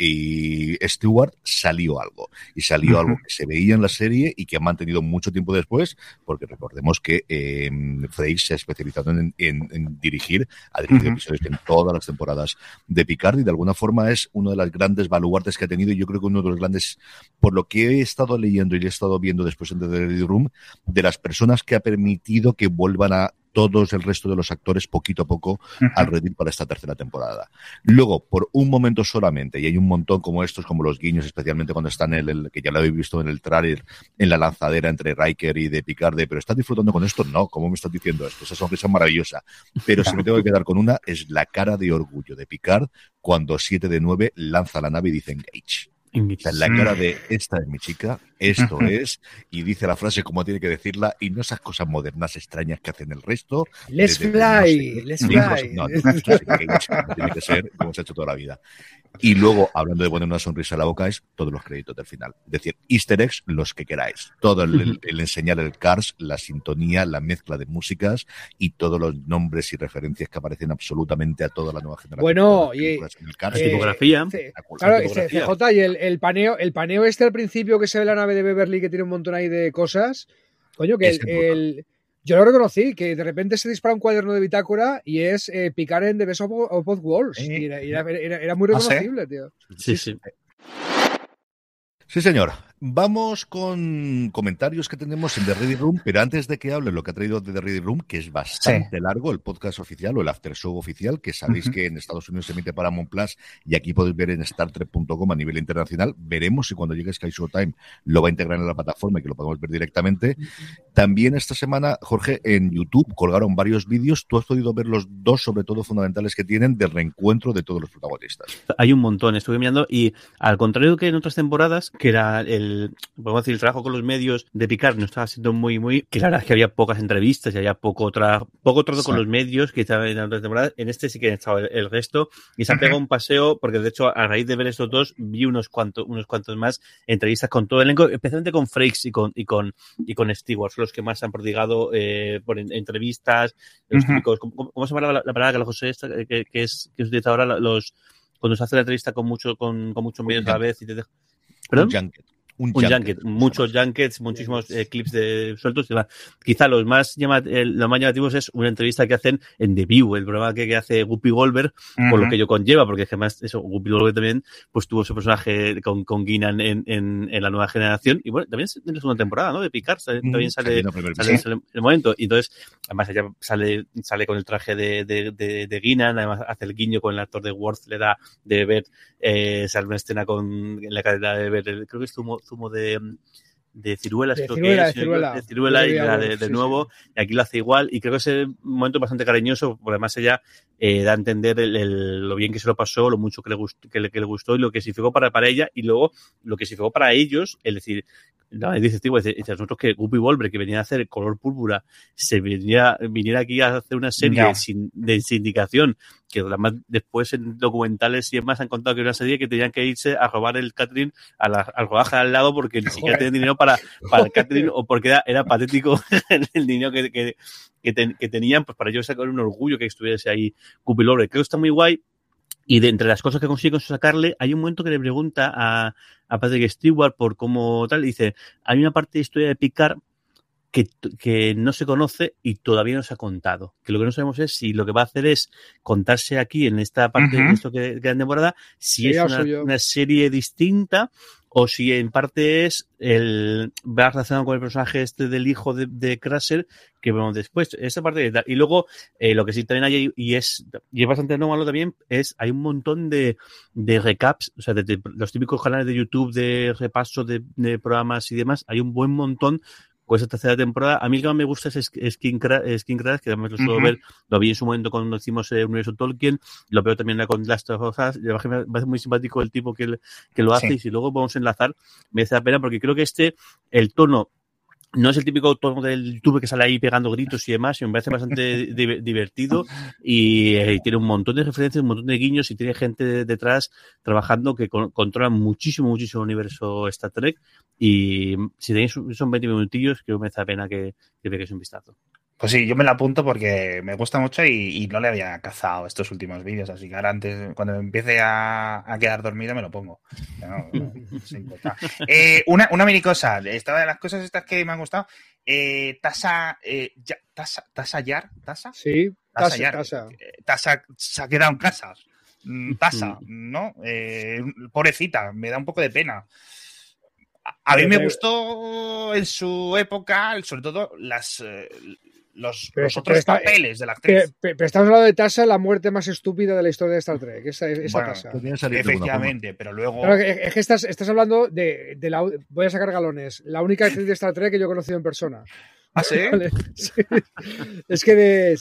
y Stewart, salió algo. Y salió uh-huh. algo que se veía en la serie y que ha mantenido mucho tiempo después, porque recordemos que eh, Frakes se ha especializado en, en, en dirigir, ha dirigido uh-huh. episodios en todas las temporadas de Picard, y de alguna forma es uno de los grandes baluartes que ha tenido, y yo creo que uno de los grandes, por lo que he estado leyendo y he estado viendo después en The Ready Room, de las personas que ha permitido que vuelvan a todos el resto de los actores poquito a poco uh-huh. al Reddit para esta tercera temporada. Luego, por un momento solamente, y hay un montón como estos, como los guiños, especialmente cuando están en el, que ya lo habéis visto en el tráiler, en la lanzadera entre Riker y de Picard, de, pero ¿estás disfrutando con esto? No, ¿cómo me estás diciendo esto? Esa sonrisa maravillosa. Pero si me tengo que quedar con una, es la cara de orgullo de Picard cuando siete de nueve lanza la nave y dice engage. O sea, la cara de esta es mi chica, esto es, y dice la frase como tiene que decirla, y no esas cosas modernas extrañas que hacen el resto. Let's de, de, fly, no sé, let's fly. No, no, no, tiene que ser como se ha hecho toda la vida. Y luego, hablando de poner una sonrisa a la boca, es todos los créditos del final. Es decir, easter eggs, los que queráis. Todo el, el, el enseñar el Cars, la sintonía, la mezcla de músicas y todos los nombres y referencias que aparecen absolutamente a toda la nueva generación. Bueno, y el Cars, eh, tipografía. C, claro, C J y el, el paneo, el paneo este al principio que se ve la nave de Beverly que tiene un montón ahí de cosas. Coño, que el, el yo lo reconocí, que de repente se dispara un cuaderno de bitácora y es eh, picar en The Best of, of Both Worlds. ¿Eh? Y era, era, era, era muy reconocible, ¿Ah, sí? tío. Sí, sí. Sí, señor. Vamos con comentarios que tenemos en The Ready Room, pero antes de que hable lo que ha traído de The Ready Room, que es bastante sí. largo, el podcast oficial o el after show oficial, que sabéis uh-huh. que en Estados Unidos se emite Paramount Plus y aquí podéis ver en Star Trek punto com a nivel internacional. Veremos si cuando llegue Sky Showtime lo va a integrar en la plataforma y que lo podamos ver directamente. Uh-huh. También esta semana, Jorge, en YouTube colgaron varios vídeos. Tú has podido ver los dos, sobre todo fundamentales que tienen, del reencuentro de todos los protagonistas. Hay un montón, estuve mirando y al contrario que en otras temporadas, que era el El, podemos decir, el trabajo con los medios de Picard no estaba siendo muy, muy... Que la verdad es que había pocas entrevistas y había poco, tra... poco trato sí. con los medios que estaban en otras temporadas. En este sí que han estado el, el resto y se han pegado un paseo porque, de hecho, a raíz de ver estos dos, vi unos cuantos unos cuantos más entrevistas con todo el elenco, especialmente con Frakes y con y con y con Stewart, son los que más se han prodigado eh, por en, entrevistas, los uh-huh. típicos... ¿Cómo, cómo se llama la, la palabra que la José esta, que, que, es, que se utiliza ahora los... Cuando se hace la entrevista con mucho con, con muchos medios a la vez y te deja... ¿Perdón? Un, un junket, junket, muchos junkets, muchísimos eh, clips de sueltos. Quizá los más, llamat eh, los más llamativos es una entrevista que hacen en The View, el programa que, que hace Whoopi Goldberg, uh-huh. por lo que ello conlleva, porque además eso, Whoopi Goldberg también pues tuvo su personaje con, con Guinan en, en, en la nueva generación, y bueno, también es en la segunda temporada, ¿no? De Picard, sale, uh-huh. también sale, sale, sale, sale el momento, y entonces, además ella sale, sale con el traje de, de, de, de Guinan, además hace el guiño con el actor de Worf, le da de ver, eh, sale una escena con en la cadena de ver, el, creo que es zumo, zumo de de ciruelas, de creo ciruela, que es, de ciruela, de ciruela y la de, de sí, nuevo, sí. Y aquí lo hace igual, y creo que es un momento bastante cariñoso, porque además ella eh, da a entender el, el, lo bien que se lo pasó, lo mucho que le gustó, que le, que le gustó y lo que significó para, para ella, y luego lo que significó para ellos, es decir, no, dice, tío, dice, dice, nosotros que Whoopi Goldberg, que venía a hacer Color Púrpura, se venía, viniera aquí a hacer una serie no. sin, de sindicación, que además después en documentales y demás han contado que era una serie que tenían que irse a robar el catering a la, al rodaje al lado porque ni siquiera tenían dinero para, para el catering o porque era, era patético el dinero que, que, que, ten, que tenían, pues para ellos sacar un orgullo que estuviese ahí Whoopi Goldberg. Creo que está muy guay. Y de entre las cosas que consigue sacarle, hay un momento que le pregunta a, a Patrick Stewart por cómo tal, dice, hay una parte de historia de Picard que, que no se conoce y todavía no se ha contado. Que lo que no sabemos es si lo que va a hacer es contarse aquí en esta parte uh-huh. de esto que queda en temporada, si sí, es una, una serie distinta o si en parte es el va relacionado con el personaje este del hijo de, de Crusher que vemos después. Esa parte de tal. Y luego eh, lo que sí también hay y es y es bastante normal también es hay un montón de, de recaps, o sea, de, de los típicos canales de YouTube de repaso de, de programas y demás. Hay un buen montón. Pues esta tercera temporada, a mí lo que más me gusta es Skin Crash, que además lo suelo uh-huh. ver, lo vi en su momento cuando hicimos el universo Tolkien, lo veo también con Last of Us, me parece muy simpático el tipo que, que lo hace, sí. Y si luego podemos enlazar, me hace la pena, porque creo que este, el tono, no es el típico tono del YouTube que sale ahí pegando gritos y demás, y me parece bastante di- divertido y eh, tiene un montón de referencias, un montón de guiños y tiene gente detrás trabajando que con- controla muchísimo, muchísimo el universo Star Trek y si tenéis son veinte minutillos, creo que me hace la pena que, que veáis un vistazo. Pues sí, yo me la apunto porque me gusta mucho y, y no le había cazado estos últimos vídeos, así que ahora antes, cuando me empiece a, a quedar dormido, me lo pongo. No, no, sin eh, una, una mini cosa, esta de las cosas estas que me han gustado, eh, Tasa, eh, ya, Tasa, Tasa Yar, Tasa, sí, Tasa Yar, Tasa, Tasa se ha quedado en casa, Tasa, ¿no? Eh, pobrecita, me da un poco de pena. A mí me gustó en su época, sobre todo, las eh, los, los otros está, papeles de la actriz. Pero, pero estamos hablando de Tasha, la muerte más estúpida de la historia de Star Trek. Esa, esa bueno, Tasha. Efectivamente, pero luego... Claro, es que estás, estás hablando de, de la... Voy a sacar galones. La única actriz de Star Trek que yo he conocido en persona. ¿Ah, sí? Vale, sí. Es que de,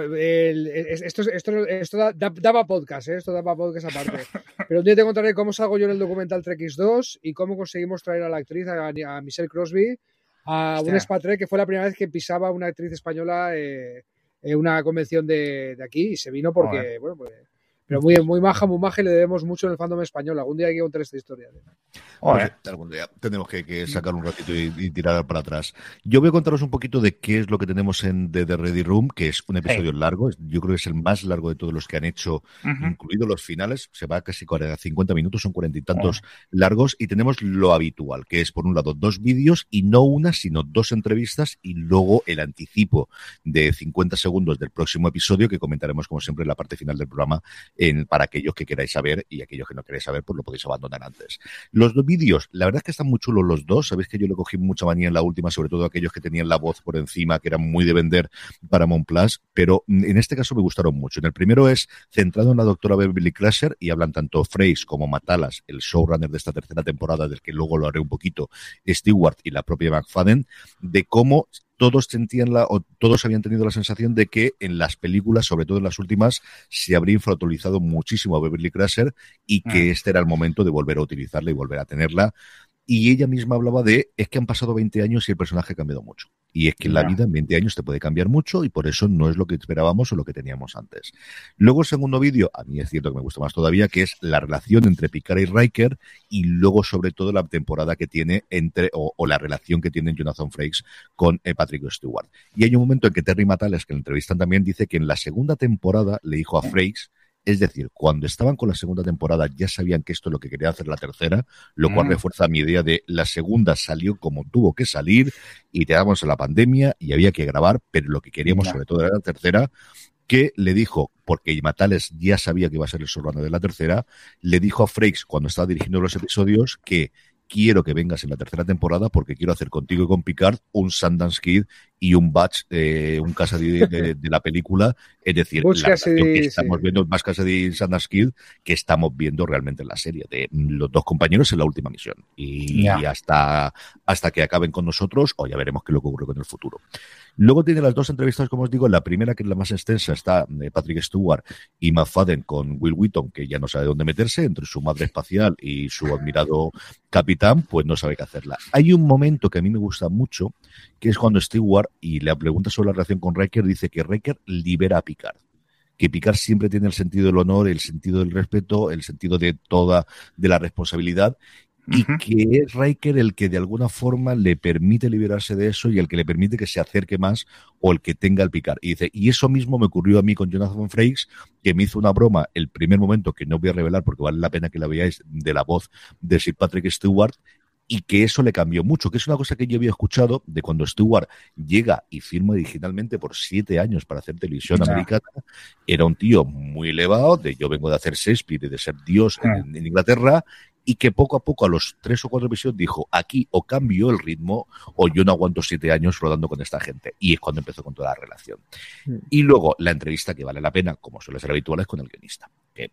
el, esto, esto, esto da, daba podcast, ¿eh? Esto daba podcast aparte. Pero un día te contaré cómo salgo yo en el documental Trek X dos y cómo conseguimos traer a la actriz, a, a Michelle Crosby, a Hostia. un Spa Trek, que fue la primera vez que pisaba una actriz española eh, en una convención de, de aquí y se vino porque, Joder. bueno, pues... Pero muy, muy maja, muy maja y le debemos mucho en el fandom español. Algún día hay que contar esta historia. Pues, algún día tenemos que, que sacar un ratito y, y tirar para atrás. Yo voy a contaros un poquito de qué es lo que tenemos en The, The Ready Room, que es un episodio hey. largo. Yo creo que es el más largo de todos los que han hecho, uh-huh. incluidos los finales. Se va casi a cincuenta minutos, son cuarenta y tantos uh-huh. largos. Y tenemos lo habitual, que es por un lado dos vídeos y no una, sino dos entrevistas y luego el anticipo de cincuenta segundos del próximo episodio que comentaremos como siempre en la parte final del programa. En, para aquellos que queráis saber y aquellos que no queráis saber, pues lo podéis abandonar antes. Los dos vídeos, la verdad es que están muy chulos los dos. Sabéis que yo le cogí mucha manía en la última, sobre todo aquellos que tenían la voz por encima, que eran muy de vender para Paramount Plus, pero en este caso me gustaron mucho. En el primero es centrado en la doctora Beverly Crusher y hablan tanto Frakes como Matalas, el showrunner de esta tercera temporada, del que luego lo haré un poquito, Stewart y la propia McFadden, de cómo todos sentían la, o todos habían tenido la sensación de que en las películas, sobre todo en las últimas, se habría infrautilizado muchísimo a Beverly Crusher y que mm. este era el momento de volver a utilizarla y volver a tenerla. Y ella misma hablaba de, es que han pasado veinte años y el personaje ha cambiado mucho. Y es que en la vida en veinte años te puede cambiar mucho y por eso no es lo que esperábamos o lo que teníamos antes. Luego el segundo vídeo, a mí es cierto que me gusta más todavía, que es la relación entre Picard y Riker y luego sobre todo la temporada que tiene entre, o, o la relación que tiene Jonathan Frakes con eh, Patrick Stewart. Y hay un momento en que Terry Matalas, que le entrevistan también, dice que en la segunda temporada le dijo a Frakes, es decir, cuando estaban con la segunda temporada ya sabían que esto es lo que quería hacer la tercera, lo mm. cual refuerza mi idea de la segunda salió como tuvo que salir y quedamos en la pandemia y había que grabar, pero lo que queríamos yeah. sobre todo era la tercera, que le dijo, porque Matales ya sabía que iba a ser el showrunner de la tercera, le dijo a Frakes cuando estaba dirigiendo los episodios que quiero que vengas en la tercera temporada porque quiero hacer contigo y con Picard un Sundance Kid y un Batch, eh, un Cassidy de, de, de la película, es decir, Butch la Cassidy, que estamos sí. viendo, más Cassidy y Sundance Kid, que estamos viendo realmente en la serie, de los dos compañeros en la última misión. Y, yeah. y hasta, hasta que acaben con nosotros, o ya veremos qué es lo que ocurre con el futuro. Luego tiene las dos entrevistas, como os digo, la primera, que es la más extensa, está de Patrick Stewart y McFadden con Will Wheaton, que ya no sabe dónde meterse, entre su madre espacial y su admirado capitán, pues no sabe qué hacerla. Hay un momento que a mí me gusta mucho, que es cuando Stewart, y le pregunta sobre la relación con Riker, dice que Riker libera a Picard. Que Picard siempre tiene el sentido del honor, el sentido del respeto, el sentido de toda, de la responsabilidad, y uh-huh. que es Riker el que de alguna forma le permite liberarse de eso y el que le permite que se acerque más o el que tenga el Picard. Y dice, y eso mismo me ocurrió a mí con Jonathan Frakes, que me hizo una broma el primer momento, que no voy a revelar porque vale la pena que la veáis, de la voz de Sir Patrick Stewart, y que eso le cambió mucho, que es una cosa que yo había escuchado de cuando Stewart llega y firma originalmente por siete años para hacer televisión no. americana. Era un tío muy elevado, de yo vengo de hacer Shakespeare y de ser Dios no. en, en Inglaterra, y que poco a poco, a los tres o cuatro episodios, dijo, aquí o cambio el ritmo o yo no aguanto siete años rodando con esta gente. Y es cuando empezó con toda la relación. Mm. Y luego la entrevista que vale la pena, como suele ser habitual, es con el guionista, que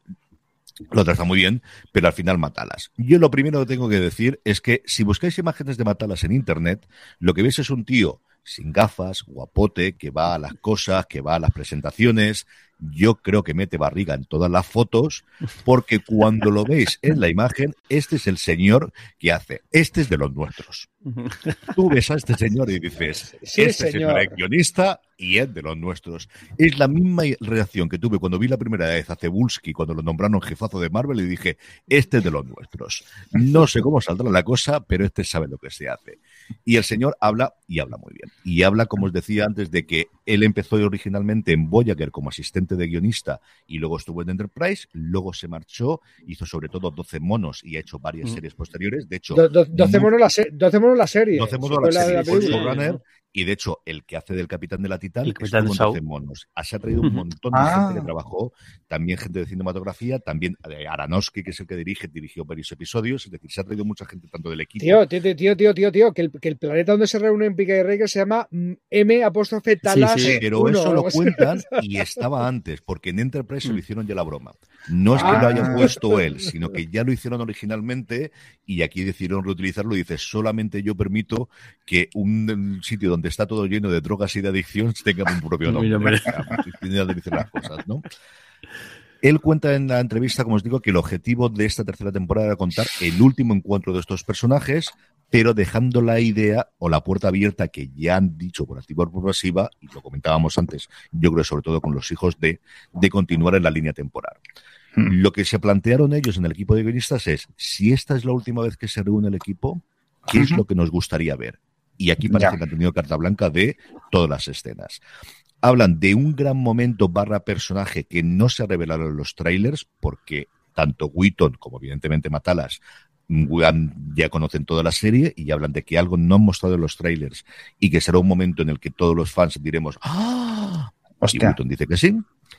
lo trata muy bien, pero al final Matalas. Yo lo primero que tengo que decir es que si buscáis imágenes de Matalas en internet, lo que veis es un tío sin gafas, guapote, que va a las cosas, que va a las presentaciones. Yo creo que mete barriga en todas las fotos, porque cuando lo veis en la imagen, este es el señor que hace, este es de los nuestros. Tú ves a este señor y dices, sí, este señor. señor es guionista y es de los nuestros. Es la misma reacción que tuve cuando vi la primera vez a Cebulski, cuando lo nombraron jefazo de Marvel, y dije, este es de los nuestros. No sé cómo saldrá la cosa, pero este sabe lo que se hace. Y el señor habla, y habla muy bien. Y habla, como os decía antes, de que él empezó originalmente en Voyager como asistente de guionista y luego estuvo en Enterprise, luego se marchó, hizo sobre todo doce monos y ha hecho varias mm. series posteriores. De hecho, do, do, doce monos la, se doce monos la serie. doce monos la serie, fue showrunner. Y de hecho, el que hace del capitán de la Titán estuvo en doce monos. Se ha traído un montón de ah. gente que trabajó, también gente de cinematografía, también Aronofsky, que es el que dirige, dirigió varios episodios, es decir, se ha traído mucha gente tanto del equipo. Tío, tío, tío, tío, tío, tío, que el, que el planeta donde se reúnen Picard y Riker se llama M apóstrofe Talas. Sí, sí, pero uno, eso lo cuentan y estaba antes, porque en Enterprise se lo hicieron ya la broma. No es que ah. lo haya puesto él, sino que ya lo hicieron originalmente y aquí decidieron reutilizarlo y dice, solamente yo permito que un sitio donde donde está todo lleno de drogas y de adicción, tenga un propio nombre. Tiene que decir las cosas, ¿no? Él cuenta en la entrevista, como os digo, que el objetivo de esta tercera temporada era contar el último encuentro de estos personajes, pero dejando la idea o la puerta abierta que ya han dicho por activa o por pasiva, y lo comentábamos antes, yo creo sobre todo con los hijos de, de continuar en la línea temporal. Hmm. Lo que se plantearon ellos en el equipo de guionistas es, si esta es la última vez que se reúne el equipo, ¿qué uh-huh. es lo que nos gustaría ver? Y aquí parece ya. que han tenido carta blanca de todas las escenas. Hablan de un gran momento barra personaje que no se revelaron en los trailers, porque tanto Wheaton como evidentemente Matalas ya conocen toda la serie y hablan de que algo no han mostrado en los trailers y que será un momento en el que todos los fans diremos ¡ah! Hostia. Y Wheaton dice que sí.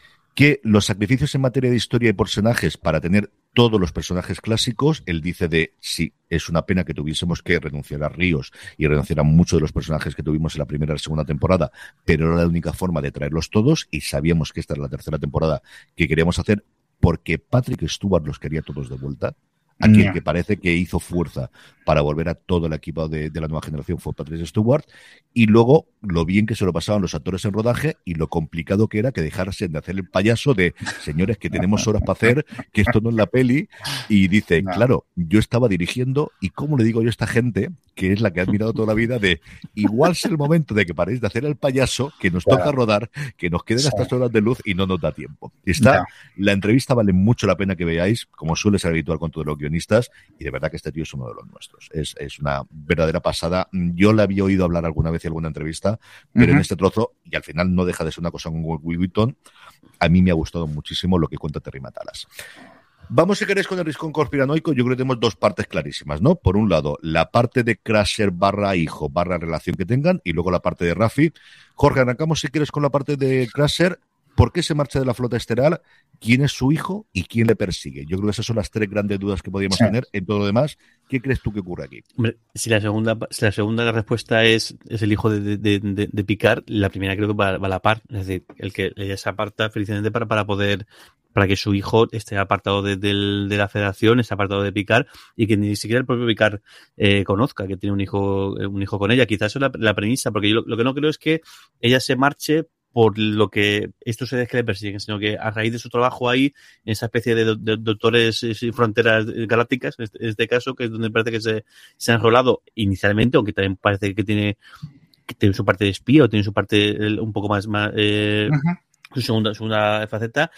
Que los sacrificios en materia de historia y personajes para tener todos los personajes clásicos, él dice de sí, es una pena que tuviésemos que renunciar a Ríos y renunciar a muchos de los personajes que tuvimos en la primera y la segunda temporada, pero era la única forma de traerlos todos y sabíamos que esta era la tercera temporada que queríamos hacer porque Patrick Stewart los quería todos de vuelta. Aquí el que parece que hizo fuerza para volver a todo el equipo de, de la nueva generación fue Patrick Stewart, y luego lo bien que se lo pasaban los actores en rodaje y lo complicado que era que dejarse de hacer el payaso de señores que tenemos horas para hacer, que esto no es la peli, y dice, no. claro, yo estaba dirigiendo y cómo le digo yo a esta gente, que es la que ha admirado toda la vida, de igual es el momento de que paréis de hacer el payaso, que nos claro. toca rodar, que nos queden sí. estas horas de luz y no nos da tiempo. Está, no. La entrevista vale mucho la pena que veáis, como suele ser habitual con todo lo que y de verdad que este tío es uno de los nuestros. Es, es una verdadera pasada. Yo le había oído hablar alguna vez en alguna entrevista, pero uh-huh. en este trozo, y al final no deja de ser una cosa con Will Wheaton, a mí me ha gustado muchísimo lo que cuenta Terry Matalas. Vamos, si queréis, con el riscón conspiranoico. Yo creo que tenemos dos partes clarísimas, ¿no? Por un lado, la parte de Crusher barra hijo, barra relación que tengan, y luego la parte de Raffi. Jorge, arrancamos, si quieres, con la parte de Crusher. ¿Por qué se marcha de la flota estelar? ¿Quién es su hijo y quién le persigue? Yo creo que esas son las tres grandes dudas que podríamos sí. tener. En todo lo demás, ¿qué crees tú que ocurre aquí? Hombre, si la segunda, si la segunda respuesta es, es el hijo de, de, de, de Picard, la primera creo que va, va a la par. Es decir, el que ella se aparta felizmente para, para poder, para que su hijo esté apartado de, de, de la Federación, esté apartado de Picard, y que ni siquiera el propio Picard eh, conozca que tiene un hijo, un hijo con ella. Quizás eso es la, la premisa, porque yo lo, lo que no creo es que ella se marche por lo que estos seres que le persiguen, sino que a raíz de su trabajo ahí, en esa especie de, do, de doctores sin fronteras galácticas, en este, este caso, que es donde parece que se, se ha enrolado inicialmente, aunque también parece que tiene, que tiene su parte de espía o tiene su parte un poco más, más eh, uh-huh. su segunda, segunda faceta,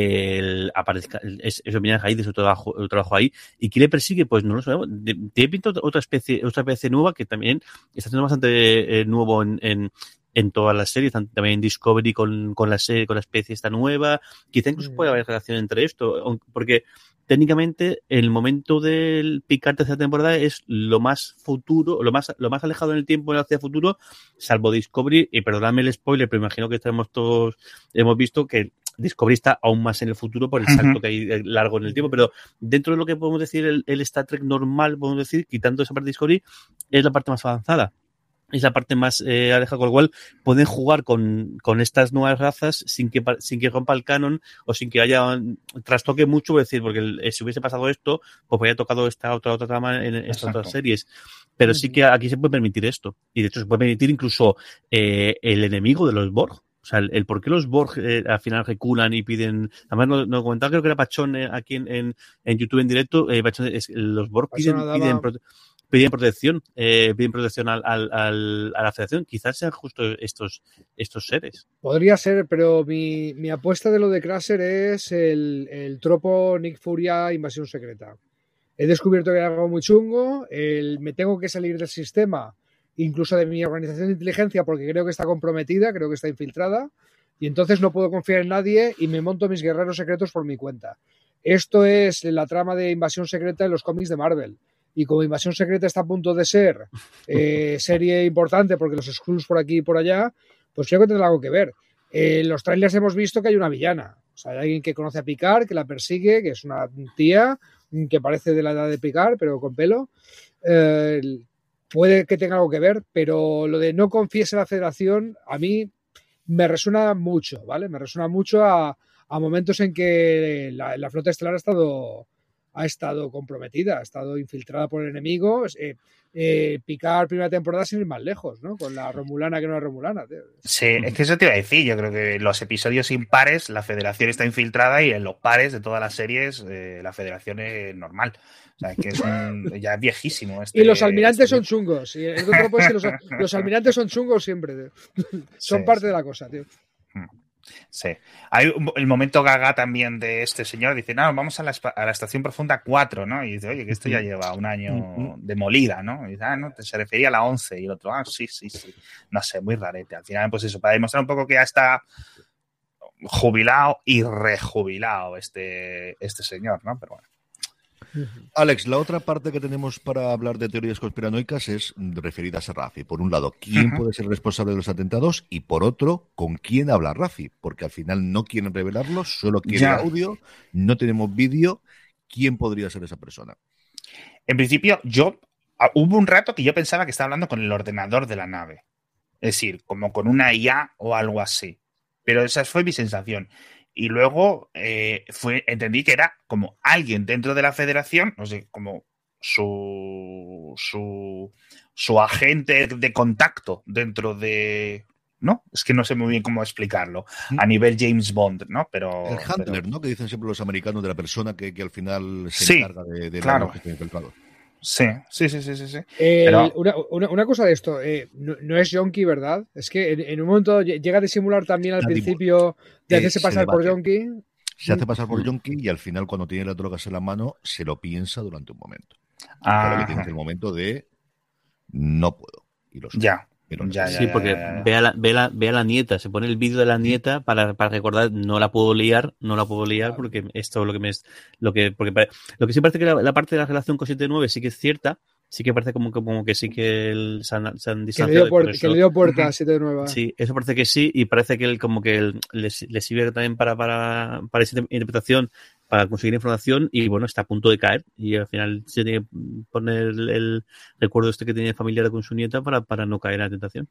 el, aparezca, es, eso viene a raíz de su trabajo, su trabajo ahí. ¿Y quién le persigue? Pues no lo sabemos. Tiene pinta otra especie, otra especie nueva que también está siendo bastante eh, nuevo en, en en todas las series, también en Discovery con, con la serie, con la especie esta nueva. Quizá incluso puede haber relación entre esto, porque técnicamente el momento del Picard tercera temporada es lo más futuro, lo más lo más alejado en el tiempo hacia el futuro, salvo Discovery, y perdóname el spoiler, pero imagino que estamos todos, hemos visto que Discovery está aún más en el futuro por el salto uh-huh. que hay largo en el tiempo, pero dentro de lo que podemos decir el, el Star Trek normal, podemos decir, quitando esa parte de Discovery, es la parte más avanzada. Es la parte más eh, alejada, con lo cual pueden jugar con, con estas nuevas razas sin que sin que rompa el canon o sin que haya trastoque mucho, es decir, porque el, si hubiese pasado esto, pues habría tocado esta otra otra trama en estas Exacto. otras series. Pero sí que aquí se puede permitir esto. Y de hecho se puede permitir incluso eh, el enemigo de los Borg. O sea, el, el por qué los Borg eh, al final reculan y piden... Además, lo, lo comentaba, creo que era Pachón eh, aquí en, en, en YouTube en directo. Eh, Pachón, es, los Borg piden... piden prote- Piden protección, eh, piden protección al, al, al, a la Federación. Quizás sean justo estos, estos seres. Podría ser, pero mi, mi apuesta de lo de Crusher es el, el tropo Nick Furia Invasión Secreta. He descubierto que hay algo muy chungo, el, me tengo que salir del sistema, incluso de mi organización de inteligencia, porque creo que está comprometida, creo que está infiltrada, y entonces no puedo confiar en nadie y me monto mis guerreros secretos por mi cuenta. Esto es la trama de Invasión Secreta en los cómics de Marvel. Y como Invasión Secreta está a punto de ser eh, serie importante porque los Skrulls por aquí y por allá, pues creo que tendrá algo que ver. Eh, en los trailers hemos visto que hay una villana. O sea, hay alguien que conoce a Picard, que la persigue, que es una tía que parece de la edad de Picard, pero con pelo. Eh, puede que tenga algo que ver, pero lo de no confíes en la Federación a mí me resuena mucho, ¿vale? Me resuena mucho a, a momentos en que la, la flota estelar ha estado... ha ha estado comprometida, ha estado infiltrada por enemigos. Eh, eh, Picard primera temporada sin ir más lejos, ¿no? Con la Romulana que no era Romulana, tío. Sí, es que eso te iba a decir. Yo creo que los episodios impares, la Federación está infiltrada y en los pares de todas las series, eh, la Federación es normal. O sea, que es un, ya es viejísimo. Este, y los almirantes este... son chungos. Y el otro pues, que los, los almirantes son chungos siempre, tío. Son sí, parte sí. de la cosa, tío. Sí. Hay el momento gaga también de este señor. Dice, no, vamos a la, a la estación profunda cuatro, ¿no? Y dice, oye, que esto ya lleva un año de molida, ¿no? Y dice, ah, no, se refería a la once. Y el otro, ah, sí, sí, sí. No sé, muy rarete. Al final, pues eso, para demostrar un poco que ya está jubilado y rejubilado este, este señor, ¿no? Pero bueno. Alex, la otra parte que tenemos para hablar de teorías conspiranoicas es referidas a Raffi. Por un lado, ¿quién uh-huh. puede ser responsable de los atentados? Y por otro, ¿con quién habla Raffi? Porque al final no quieren revelarlo, solo quieren ya. audio, no tenemos vídeo. ¿Quién podría ser esa persona? En principio, yo hubo un rato que yo pensaba que estaba hablando con el ordenador de la nave. Es decir, como con una I A o algo así. Pero esa fue mi sensación. Y luego eh, fue, entendí que era como alguien dentro de la Federación, no sé, como su, su, su agente de contacto dentro de... ¿No? Es que no sé muy bien cómo explicarlo. A nivel James Bond, ¿no? Pero... El handler, pero... ¿no? Que dicen siempre los americanos de la persona que, que al final se sí, encarga de, de claro. la que infiltrado. Sí, sí, sí, sí, sí. sí. Eh, Pero... una, una, una cosa de esto, eh, no, no es Yonki, ¿verdad? Es que en, en un momento llega a disimular también al principio de eh, hacerse pasar por Yonki. Se hace pasar por Yonki y al final cuando tiene las drogas en la mano se lo piensa durante un momento. Ah, claro que tiene el momento de no puedo. Y lo ya. Pero ya, ya, sí, ya, porque ya, ya, ya. Ve, a la, ve, la, ve a la nieta, se pone el vídeo de la nieta para, para recordar, no la puedo liar, no la puedo liar porque esto es lo que me es, lo que, porque lo que sí parece que la, la parte de la relación con siete nueve sí que es cierta, sí que parece como que, como que sí que el, se, han, se han distanciado. Que le dio puerta, que le dio puerta a siete nueve. Sí, eso parece que sí, y parece que él como que él, le, le sirve también para, para, para esa interpretación, para conseguir información, y bueno, está a punto de caer, y al final se tiene que poner el, el recuerdo este que tenía familiar con su nieta para, para no caer en la tentación.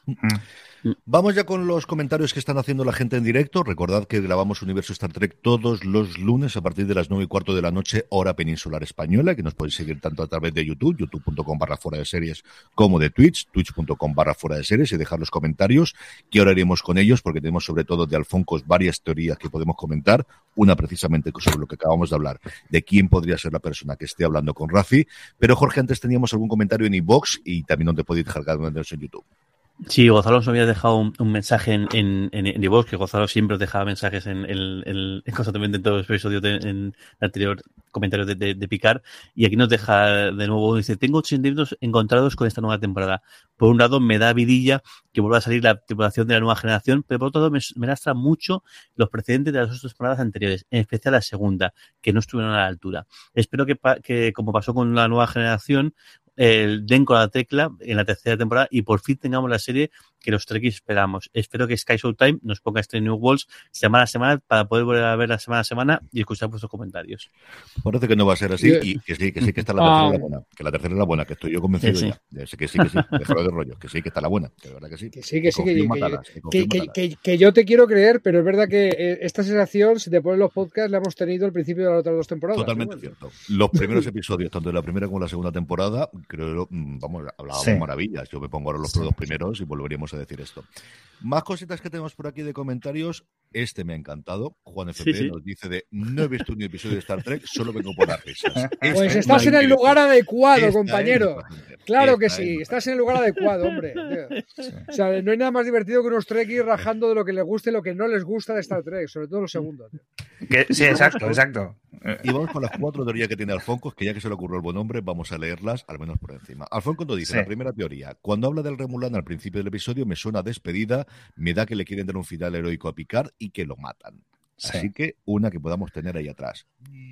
Vamos ya con los comentarios que están haciendo la gente en directo. Recordad que grabamos Universo Star Trek todos los lunes a partir de las nueve y cuarto de la noche, hora peninsular española, que nos podéis seguir tanto a través de YouTube, youtube.com barra fuera de series, como de Twitch, twitch.com barra fuera de series, y dejar los comentarios, que ahora iremos con ellos, porque tenemos sobre todo de Alfoncos varias teorías que podemos comentar, una precisamente sobre lo que acabamos de hablar, de quién podría ser la persona que esté hablando con Raffi. Pero Jorge, antes teníamos algún comentario en iVoox y también donde podéis dejar comentarios en YouTube. Sí, Gonzalo nos había dejado un, un mensaje en, en, en, en iVoox, que Gonzalo siempre os dejaba mensajes en, en, en, en constantemente en todos los episodios de, en el anterior comentario de, de, de Picard, y aquí nos deja de nuevo, dice, tengo sentimientos encontrados con esta nueva temporada. Por un lado me da vidilla que vuelva a salir la tripulación de la nueva generación, pero por otro lado me, me lastra mucho los precedentes de las otras temporadas anteriores, en especial la segunda, que no estuvieron a la altura. Espero que, que como pasó con la nueva generación, el den con la tecla en la tercera temporada y por fin tengamos la serie que los Trekkies esperamos. Espero que Sky Showtime nos ponga este New Worlds semana a semana para poder volver a verla semana a semana y escuchar vuestros comentarios. Parece que no va a ser así y que sí, que sí, que está la tercera la buena, que la tercera es la buena, que estoy yo convencido sí, sí. ya. Sé que sí, que sí, déjalo de rollo, que sí, que está la buena, que de verdad que sí. Que sí, que sí, que, que, matalas, que, que, que, que yo te quiero creer, pero es verdad que esta sensación, si te ponen los podcasts, la hemos tenido al principio de las otras dos temporadas. Totalmente bueno. cierto. Los primeros episodios, tanto de la primera como de la segunda temporada, creo, vamos, hablábamos sí. maravillas. Yo me pongo ahora los sí. dos primeros y volveríamos a decir esto. Más cositas que tenemos por aquí de comentarios. Este me ha encantado. Juan F P sí, sí. nos dice de no he visto un episodio de Star Trek, solo vengo por las risas. Esta pues estás en el lugar adecuado, Esta compañero. Claro que sí, estás en el lugar adecuado, hombre. Sí. O sea, no hay nada más divertido que unos Trekkies rajando de lo que les gusta y lo que no les gusta de Star Trek, sobre todo lo segundo. Que, sí, exacto, exacto. Y vamos con las cuatro teorías que tiene Alfoncos, que ya que se le ocurrió el buen hombre, vamos a leerlas, al menos por encima. Alfoncos nos dice, sí. la primera teoría, cuando habla del Remulán al principio del episodio, me suena despedida, me da que le quieren dar un final heroico a Picard y que lo matan. Sí. Así que una que podamos tener ahí atrás.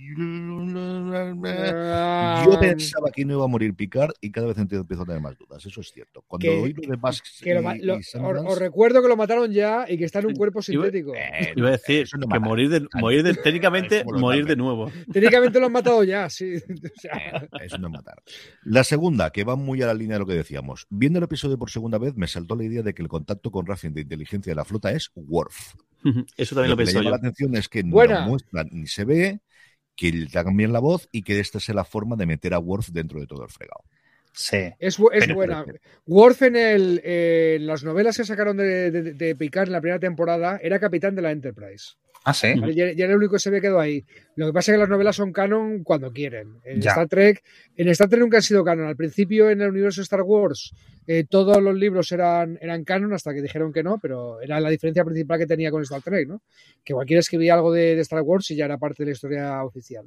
Yo pensaba que no iba a morir Picard y cada vez empiezo a tener más dudas. Eso es cierto. Cuando que, oí lo de Basks que lo, lo, os, os recuerdo que lo mataron ya y que está en un cuerpo sintético. Eh, iba a decir no que morir de, morir de técnicamente morir de nuevo. Técnicamente lo han matado ya, sí. O sea. eh, eso no es matar. La segunda, que va muy a la línea de lo que decíamos. Viendo el episodio por segunda vez, me saltó la idea de que el contacto con Raffi de inteligencia de la flota es Worf. Eso también lo, lo pensé yo. La atención es que Buena. no muestran ni se ve, que le cambien la voz y que esta sea la forma de meter a Worf dentro de todo el fregado. Sí. Es, es pero, buena. Pero... Worf en, el, eh, en las novelas que sacaron de, de, de Picard en la primera temporada era capitán de la Enterprise. Ah, sí. ¿Vale? Ya, ya era el único que se había quedado ahí. Lo que pasa es que las novelas son canon cuando quieren. En ya. Star Trek, en Star Trek nunca han sido canon. Al principio, en el universo de Star Wars, eh, todos los libros eran, eran canon hasta que dijeron que no, pero era la diferencia principal que tenía con Star Trek, ¿no? Que cualquiera escribía algo de, de Star Wars y ya era parte de la historia oficial.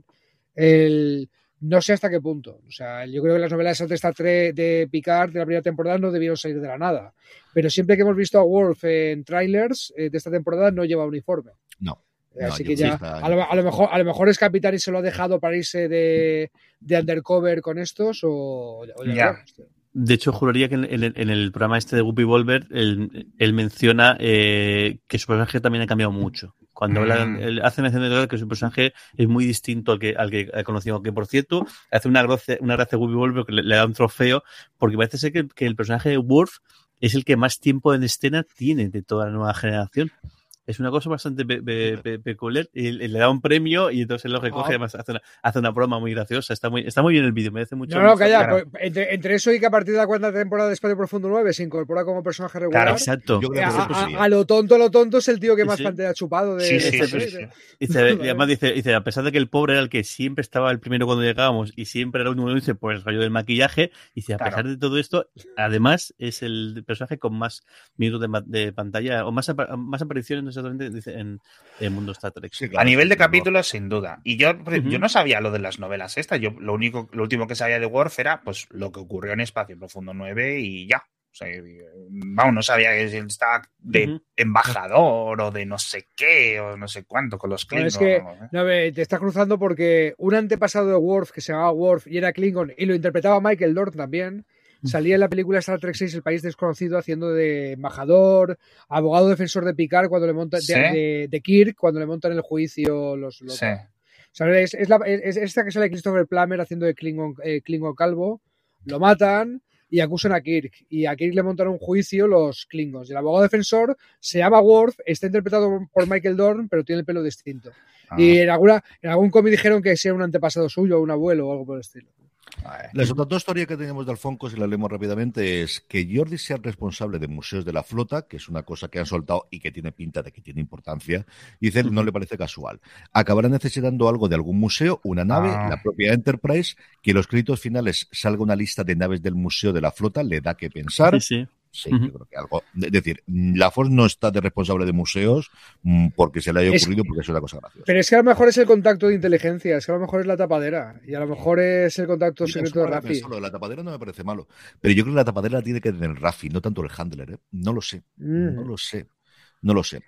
El... No sé hasta qué punto. O sea, yo creo que las novelas de Star Trek de Picard de la primera temporada no debieron salir de la nada. Pero siempre que hemos visto a Worf en trailers eh, de esta temporada no lleva uniforme. No. Así no, que ya, a lo, a, lo mejor, a lo mejor es capitán y se lo ha dejado para irse de, de undercover con estos o, o ya. De hecho, juraría que en el, en el programa este de Whoopi Goldberg, él, él menciona eh, que su personaje también ha cambiado mucho. Cuando mm. él, él hace mención de que su personaje es muy distinto al que, al que ha conocido. Que, por cierto, hace una gracia, una gracia a Whoopi Goldberg que le, le da un trofeo, porque parece ser que, que el personaje de Worf es el que más tiempo en escena tiene de toda la nueva generación. Es una cosa bastante pe- pe- pe- peculiar. Y le da un premio y entonces él lo recoge. Oh. Además, hace una, hace una broma muy graciosa. Está muy, está muy bien el vídeo. Merece mucho. No, no, calla. Pues, entre, entre eso y que a partir de la cuarta temporada de Espacio Profundo nueve se incorpora como personaje regular. Claro, exacto. Yo creo que a, a, a lo tonto, a lo tonto es el tío que más sí, sí. pantalla ha chupado. De, sí, sí, de, sí, de, sí. de, dice, de, y además dice, dice, a pesar de que el pobre era el que siempre estaba el primero cuando llegábamos y siempre era el último, dice, pues el rollo del maquillaje. Dice, a pesar claro. de todo esto, además es el personaje con más minutos de, de pantalla o más, más apariciones exactamente dice, en el mundo Star Trek. Sí, claro, a nivel de capítulos, sin duda. Y yo, uh-huh. yo no sabía lo de las novelas estas. Yo lo único, lo último que sabía de Worf era pues lo que ocurrió en Espacio Profundo nueve y ya. O sea, vamos, no sabía que él estaba de uh-huh. embajador o de no sé qué o no sé cuánto con los Klingons. No, es que no, te está cruzando porque un antepasado de Worf que se llamaba Worf y era Klingon y lo interpretaba Michael Dorn también. Salía en la película Star Trek seis, El País Desconocido, haciendo de embajador, abogado defensor de Picard cuando le montan ¿sí? de, de, de Kirk cuando le montan el juicio los, los sí. o sea, es, es, la, es esta que sale Christopher Plummer haciendo de Klingon, eh, Klingon calvo, lo matan y acusan a Kirk y a Kirk le montan un juicio los Klingons. El abogado defensor se llama Worf, está interpretado por Michael Dorn, pero tiene el pelo distinto. Ah. Y en alguna en algún cómic dijeron que sea un antepasado suyo, un abuelo o algo por el estilo. Las otras dos historias que tenemos de Alfonso, si las leemos rápidamente, es que Jordi sea el responsable de museos de la flota, que es una cosa que han soltado y que tiene pinta de que tiene importancia, y dice, no le parece casual. Acabará necesitando algo de algún museo, una nave, ah. la propia Enterprise, que en los créditos finales salga una lista de naves del museo de la flota, le da que pensar. Sí, sí. Sí, uh-huh. yo creo que algo. Es decir, la Force no está de responsable de museos porque se le haya ocurrido, es, porque es una cosa graciosa. Pero es que a lo mejor es el contacto de inteligencia, es que a lo mejor es la tapadera y a lo mejor es el contacto secreto de Raffi. Lo de la tapadera no me parece malo, pero yo creo que la tapadera tiene que tener Raffi, no tanto el handler, ¿eh? No lo sé, mm. no lo sé, no lo sé.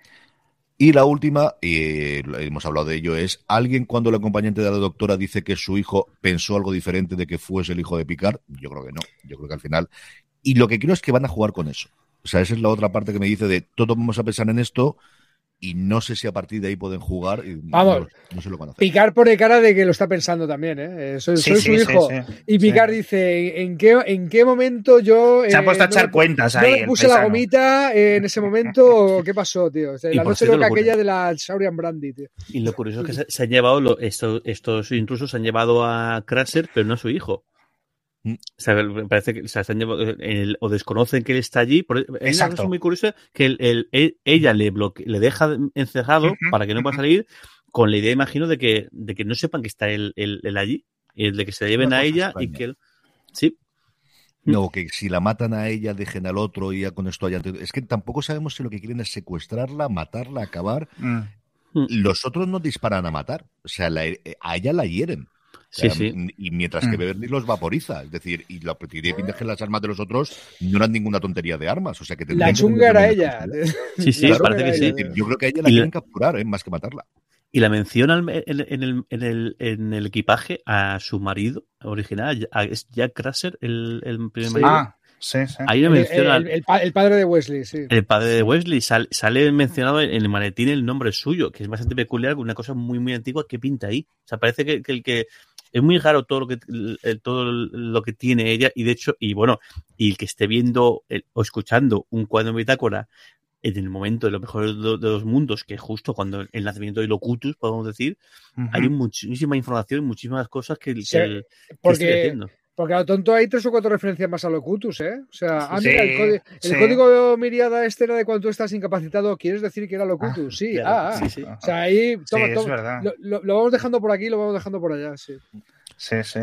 Y la última, y hemos hablado de ello, es alguien cuando el acompañante de la doctora dice que su hijo pensó algo diferente de que fuese el hijo de Picard. Yo creo que no, yo creo que al final. Y lo que creo es que van a jugar con eso. O sea, esa es la otra parte que me dice de todos vamos a pensar en esto y no sé si a partir de ahí pueden jugar. Y vamos, no, no sé lo que van a hacer. Picard pone cara de que lo está pensando también, ¿eh? Soy, sí, soy sí, su hijo. Sí, sí, y Picard sí. dice, ¿en qué, ¿en qué momento yo... Se eh, ha puesto a echar no, cuentas no ahí. ¿No le puse la gomita eh, en ese momento? ¿Qué pasó, tío? O sea, la noche loca aquella de la Saurian Brandy, tío. Y lo curioso es que se, se han llevado, lo, estos, estos intrusos se han llevado a Crusher, pero no a su hijo. O sea, me parece que o sea, están llevando, el, o desconocen que él está allí. Por, es una cosa muy curiosa que el, el, el, ella le, bloque, le deja encerrado uh-huh, para que no pueda salir, con la idea, imagino, de que, de que no sepan que está él, él, él allí, y de que se lleven a ella extraña. Y que él. Sí. No, que si la matan a ella, dejen al otro y ya con esto allá. Es que tampoco sabemos si lo que quieren es secuestrarla, matarla, acabar. Mm. Los otros no disparan a matar. O sea, la, a ella la hieren. O sea, sí, sí. Y mientras que Beverly los vaporiza, es decir, y la idea de que las armas de los otros no eran ninguna tontería de armas, o sea que la chunga era ella. Sí, sí, claro, parece que sí. Yo creo que a ella la y quieren la... capturar, ¿eh? Más que matarla. Y la menciona en el, en el, en el, en el equipaje a su marido original, a, es Jack Crusher, el, el primer sí. marido. Ah. Sí, sí. Ahí lo menciona. El, el, el, el padre de Wesley, sí. El padre de Wesley sale, sale mencionado en el maletín el nombre suyo, que es bastante peculiar, una cosa muy, muy antigua que pinta ahí. O sea, parece que, que el que es muy raro todo lo que todo lo que tiene ella, y de hecho, y bueno, y el que esté viendo el, o escuchando un cuadro de bitácora en el momento de lo mejor de, de los mundos, que justo cuando el nacimiento de Locutus, podemos decir, uh-huh. hay muchísima información, muchísimas cosas que, sí, que, porque, que estoy haciendo. Porque a lo tonto hay tres o cuatro referencias más a Locutus, ¿eh? O sea, ah, sí, mira, el, código, sí. el código Miriada este era de cuando tú estás incapacitado, ¿quieres decir que era Locutus? Sí, claro, ah, ah. Sí, sí. O sea, ahí, toma, sí, toma, es verdad. Lo, lo, lo vamos dejando por aquí, lo vamos dejando por allá, sí. Sí, sí.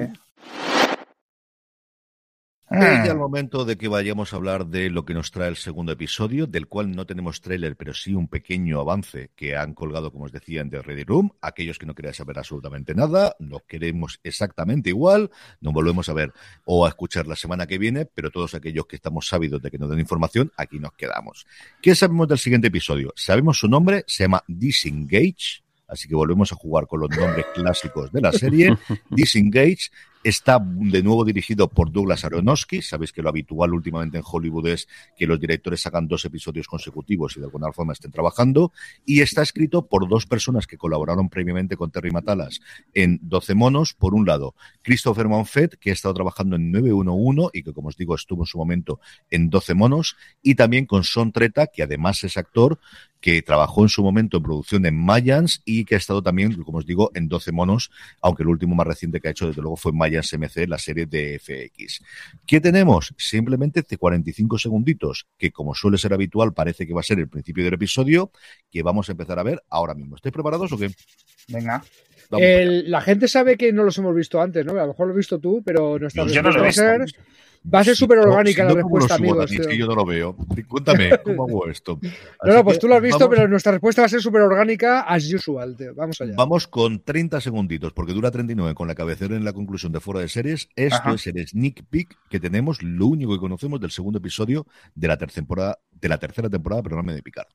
Es ya el momento de que vayamos a hablar de lo que nos trae el segundo episodio, del cual no tenemos tráiler, pero sí un pequeño avance que han colgado, como os decía, en The Ready Room. Aquellos que no queráis saber absolutamente nada, lo queremos exactamente igual, nos volvemos a ver o a escuchar la semana que viene, pero todos aquellos que estamos sabidos de que nos den información, aquí nos quedamos. ¿Qué sabemos del siguiente episodio? Sabemos su nombre, se llama Disengage, así que volvemos a jugar con los nombres clásicos de la serie. Disengage. Está de nuevo dirigido por Douglas Aronofsky. Sabéis que lo habitual últimamente en Hollywood es que los directores hagan dos episodios consecutivos y de alguna forma estén trabajando. Y está escrito por dos personas que colaboraron previamente con Terry Matalas en doce monos. Por un lado, Christopher Monfett, que ha estado trabajando en nueve uno uno y que, como os digo, estuvo en su momento en doce monos. Y también con Son Treta, que además es actor, que trabajó en su momento en producción en Mayans y que ha estado también, como os digo, en doce monos, aunque el último más reciente que ha hecho, desde luego, fue Mayans M C, la serie de F X. ¿Qué tenemos? Simplemente cuarenta y cinco segunditos, que como suele ser habitual, parece que va a ser el principio del episodio, que vamos a empezar a ver ahora mismo. ¿Estáis preparados o qué? Venga. El, la gente sabe que no los hemos visto antes, ¿no? A lo mejor lo has visto tú, pero nuestra no, respuesta no va a ser... Va a ser súper orgánica si la no, respuesta, amigos. Es que yo no lo veo. Cuéntame, ¿cómo hago esto? Así no, no, pues tú lo has visto, vamos, pero nuestra respuesta va a ser súper orgánica as usual, tío. Vamos allá. Vamos con treinta segunditos, porque dura treinta y nueve con la cabecera en la conclusión de Fuera de Series. Esto Ajá. es el sneak peek que tenemos, lo único que conocemos del segundo episodio de la, tercera temporada, de la tercera temporada, perdóname, de Picard.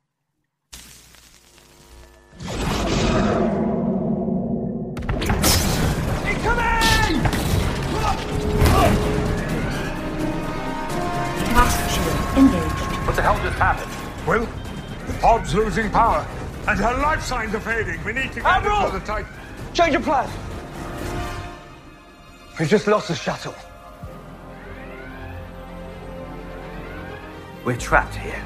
What the hell just happened? Well, the pod's losing power, and her life signs are fading. We need to get it to the tight. Change of plan. We've just lost the shuttle. We're trapped here.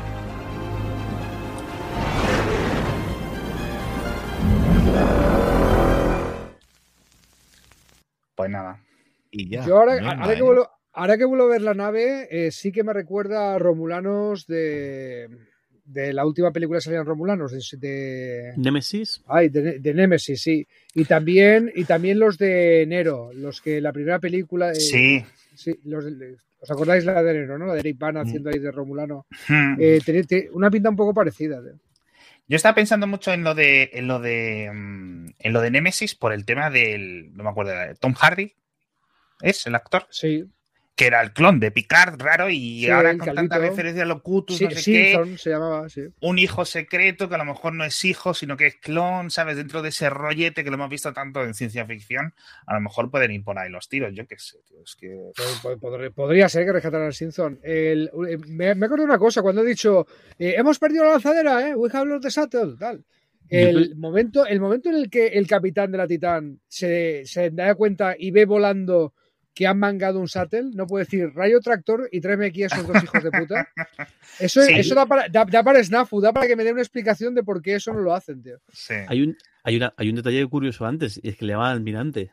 Pues nada. Y ya. Yo ahora, no ahora, que vuelvo, ahora que vuelvo a ver la nave, eh, sí que me recuerda a Romulanos de, de la última película que salían Romulanos, de, de Nemesis. Ay, de, de Nemesis, sí. Y también, y también los de Nero, los que la primera película. Eh, sí. Sí, los de, ¿os acordáis la de Nero, no? La de Eric Bana haciendo ahí de Romulano. Eh, te, te, una pinta un poco parecida. Tío. Yo estaba pensando mucho en lo de en lo de en lo de Nemesis por el tema del, no me acuerdo, Tom Hardy, ¿es el actor? Sí. Que era el clon de Picard raro y sí, ahora con calvito. tanta referencia a Locutus, sí, no sé Simpson qué. se llamaba, sí. Un hijo secreto que a lo mejor no es hijo, sino que es clon, ¿sabes? Dentro de ese rollete que lo hemos visto tanto en ciencia ficción, a lo mejor pueden ir por ahí los tiros, yo qué sé, tío. Es que... Podría, podría ser que rescataran al Simpson. El, me, me acuerdo de una cosa, cuando he dicho, eh, hemos perdido la lanzadera, ¿eh? We have lost the shuttle, tal. El momento, el momento en el que el capitán de la Titán se, se da cuenta y ve volando que han mangado un shuttle, no puede decir rayo tractor y tráeme aquí a esos dos hijos de puta. Eso, sí. eso da, para, da, da para Snafu, da para que me dé una explicación de por qué eso no lo hacen, tío. Sí. Hay, un, hay, una, hay un detalle curioso antes, y es que le llaman almirante.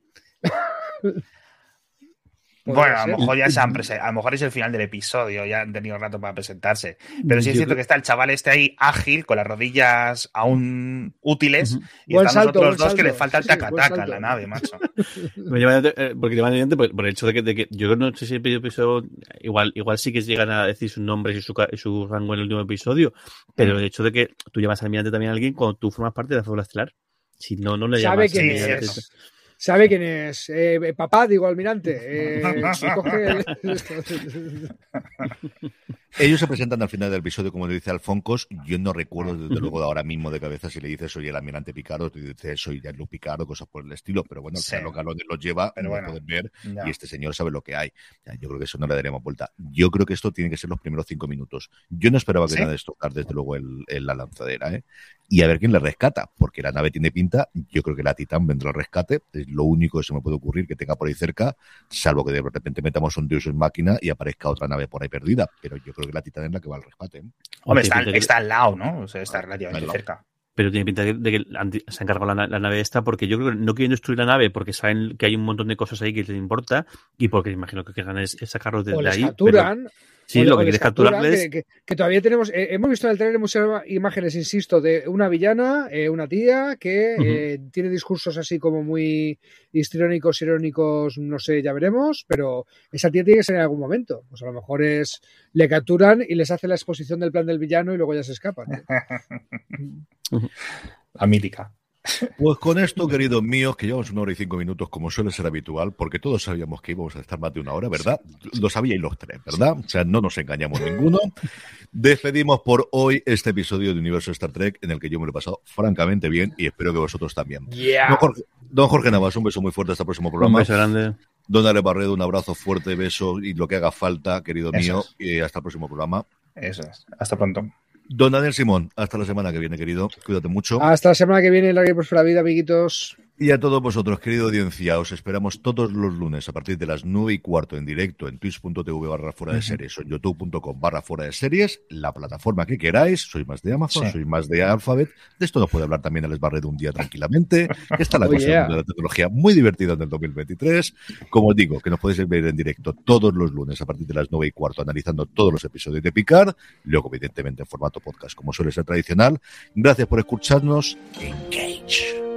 Bueno, a lo mejor ya se han presentado, a lo mejor es el final del episodio, ya han tenido rato para presentarse. Pero sí es cierto que está el chaval este ahí ágil, con las rodillas aún útiles, uh-huh. y buen están salto, los otros dos salto. Que le falta el taca-taca sí, en la nave, macho. Me llama, porque le van adelante por, por el hecho de que, de que yo no sé si el episodio, igual, igual sí que llegan a decir sus nombres y su, y su rango en el último episodio, pero uh-huh. el hecho de que tú llamas almirante también a alguien cuando tú formas parte de la Fórmula Estelar. Si no, no le llamas. ¿Sabe quién sí, es? es. ¿Sabe quién es? Eh, papá, digo, almirante. Eh, coge el... Ellos se presentan al final del episodio, como le dice Alfoncos. Yo no recuerdo, desde luego, de ahora mismo de cabeza si le dices soy el almirante Picard o te dices soy Jean-Luc Picard o cosas por el estilo. Pero bueno, sí. Lo que los lleva, pero bueno, lo pueden ver ya. Y este señor sabe lo que hay. Yo creo que eso no le daremos vuelta. Yo creo que esto tiene que ser los primeros cinco minutos. Yo no esperaba que ¿sí? nada de esto tocar, desde luego, el, el, la lanzadera, ¿eh? Y a ver quién le rescata, porque la nave tiene pinta. Yo creo que la Titán vendrá al rescate. Es lo único que se me puede ocurrir que tenga por ahí cerca, salvo que de repente metamos un Deus Ex Machina y aparezca otra nave por ahí perdida. Pero yo creo creo que la Titán es la que va al rescate. Hombre, está, está al lado, ¿no? O sea, está relativamente cerca. Pero tiene pinta de que se ha encargado la, la nave esta, porque yo creo que no quieren destruir la nave porque saben que hay un montón de cosas ahí que les importa y porque imagino que quieran es, es sacarlos de, o de les ahí. Capturan, pero, sí, lo que quieres capturarles. Que, que, que todavía tenemos, eh, hemos visto en el trailer muchas imágenes, insisto, de una villana, eh, una tía que uh-huh. eh, tiene discursos así como muy histriónicos, irónicos, no sé, ya veremos, pero esa tía tiene que ser en algún momento. Pues a lo mejor es, le capturan y les hace la exposición del plan del villano y luego ya se escapan. Uh-huh. La mítica. Pues con esto, queridos míos, que llevamos una hora y cinco minutos, como suele ser habitual, porque todos sabíamos que íbamos a estar más de una hora, ¿verdad? Lo sabíais los tres, ¿verdad? O sea, no nos engañamos ninguno. Despedimos por hoy este episodio de Universo Star Trek, en el que yo me lo he pasado francamente bien y espero que vosotros también. Yeah. Don Jorge, don Jorge Navas, un beso muy fuerte hasta el próximo programa. Un beso grande. Don Ale Barredo, un abrazo fuerte, beso y lo que haga falta, querido Eso mío, es. y hasta el próximo programa. Eso es. Hasta pronto. Don Daniel Simón, hasta la semana que viene, querido. Cuídate mucho. Hasta la semana que viene, larga y próspera vida, amiguitos. Y a todos vosotros, querido audiencia, os esperamos todos los lunes a partir de las nueve y cuarto en directo en twitch.tv barra fuera de series o en youtube.com barra fuera de series, la plataforma que queráis. Sois más de Amazon, sí. sois más de Alphabet. De esto nos puede hablar también Alex Barredo un día tranquilamente. Está la oh, cosa yeah. de la tecnología muy divertida en el dos mil veintitrés. Como os digo, que nos podéis ver en directo todos los lunes a partir de las nueve y cuarto analizando todos los episodios de Picard. Luego, evidentemente, en formato podcast, como suele ser tradicional. Gracias por escucharnos. Engage.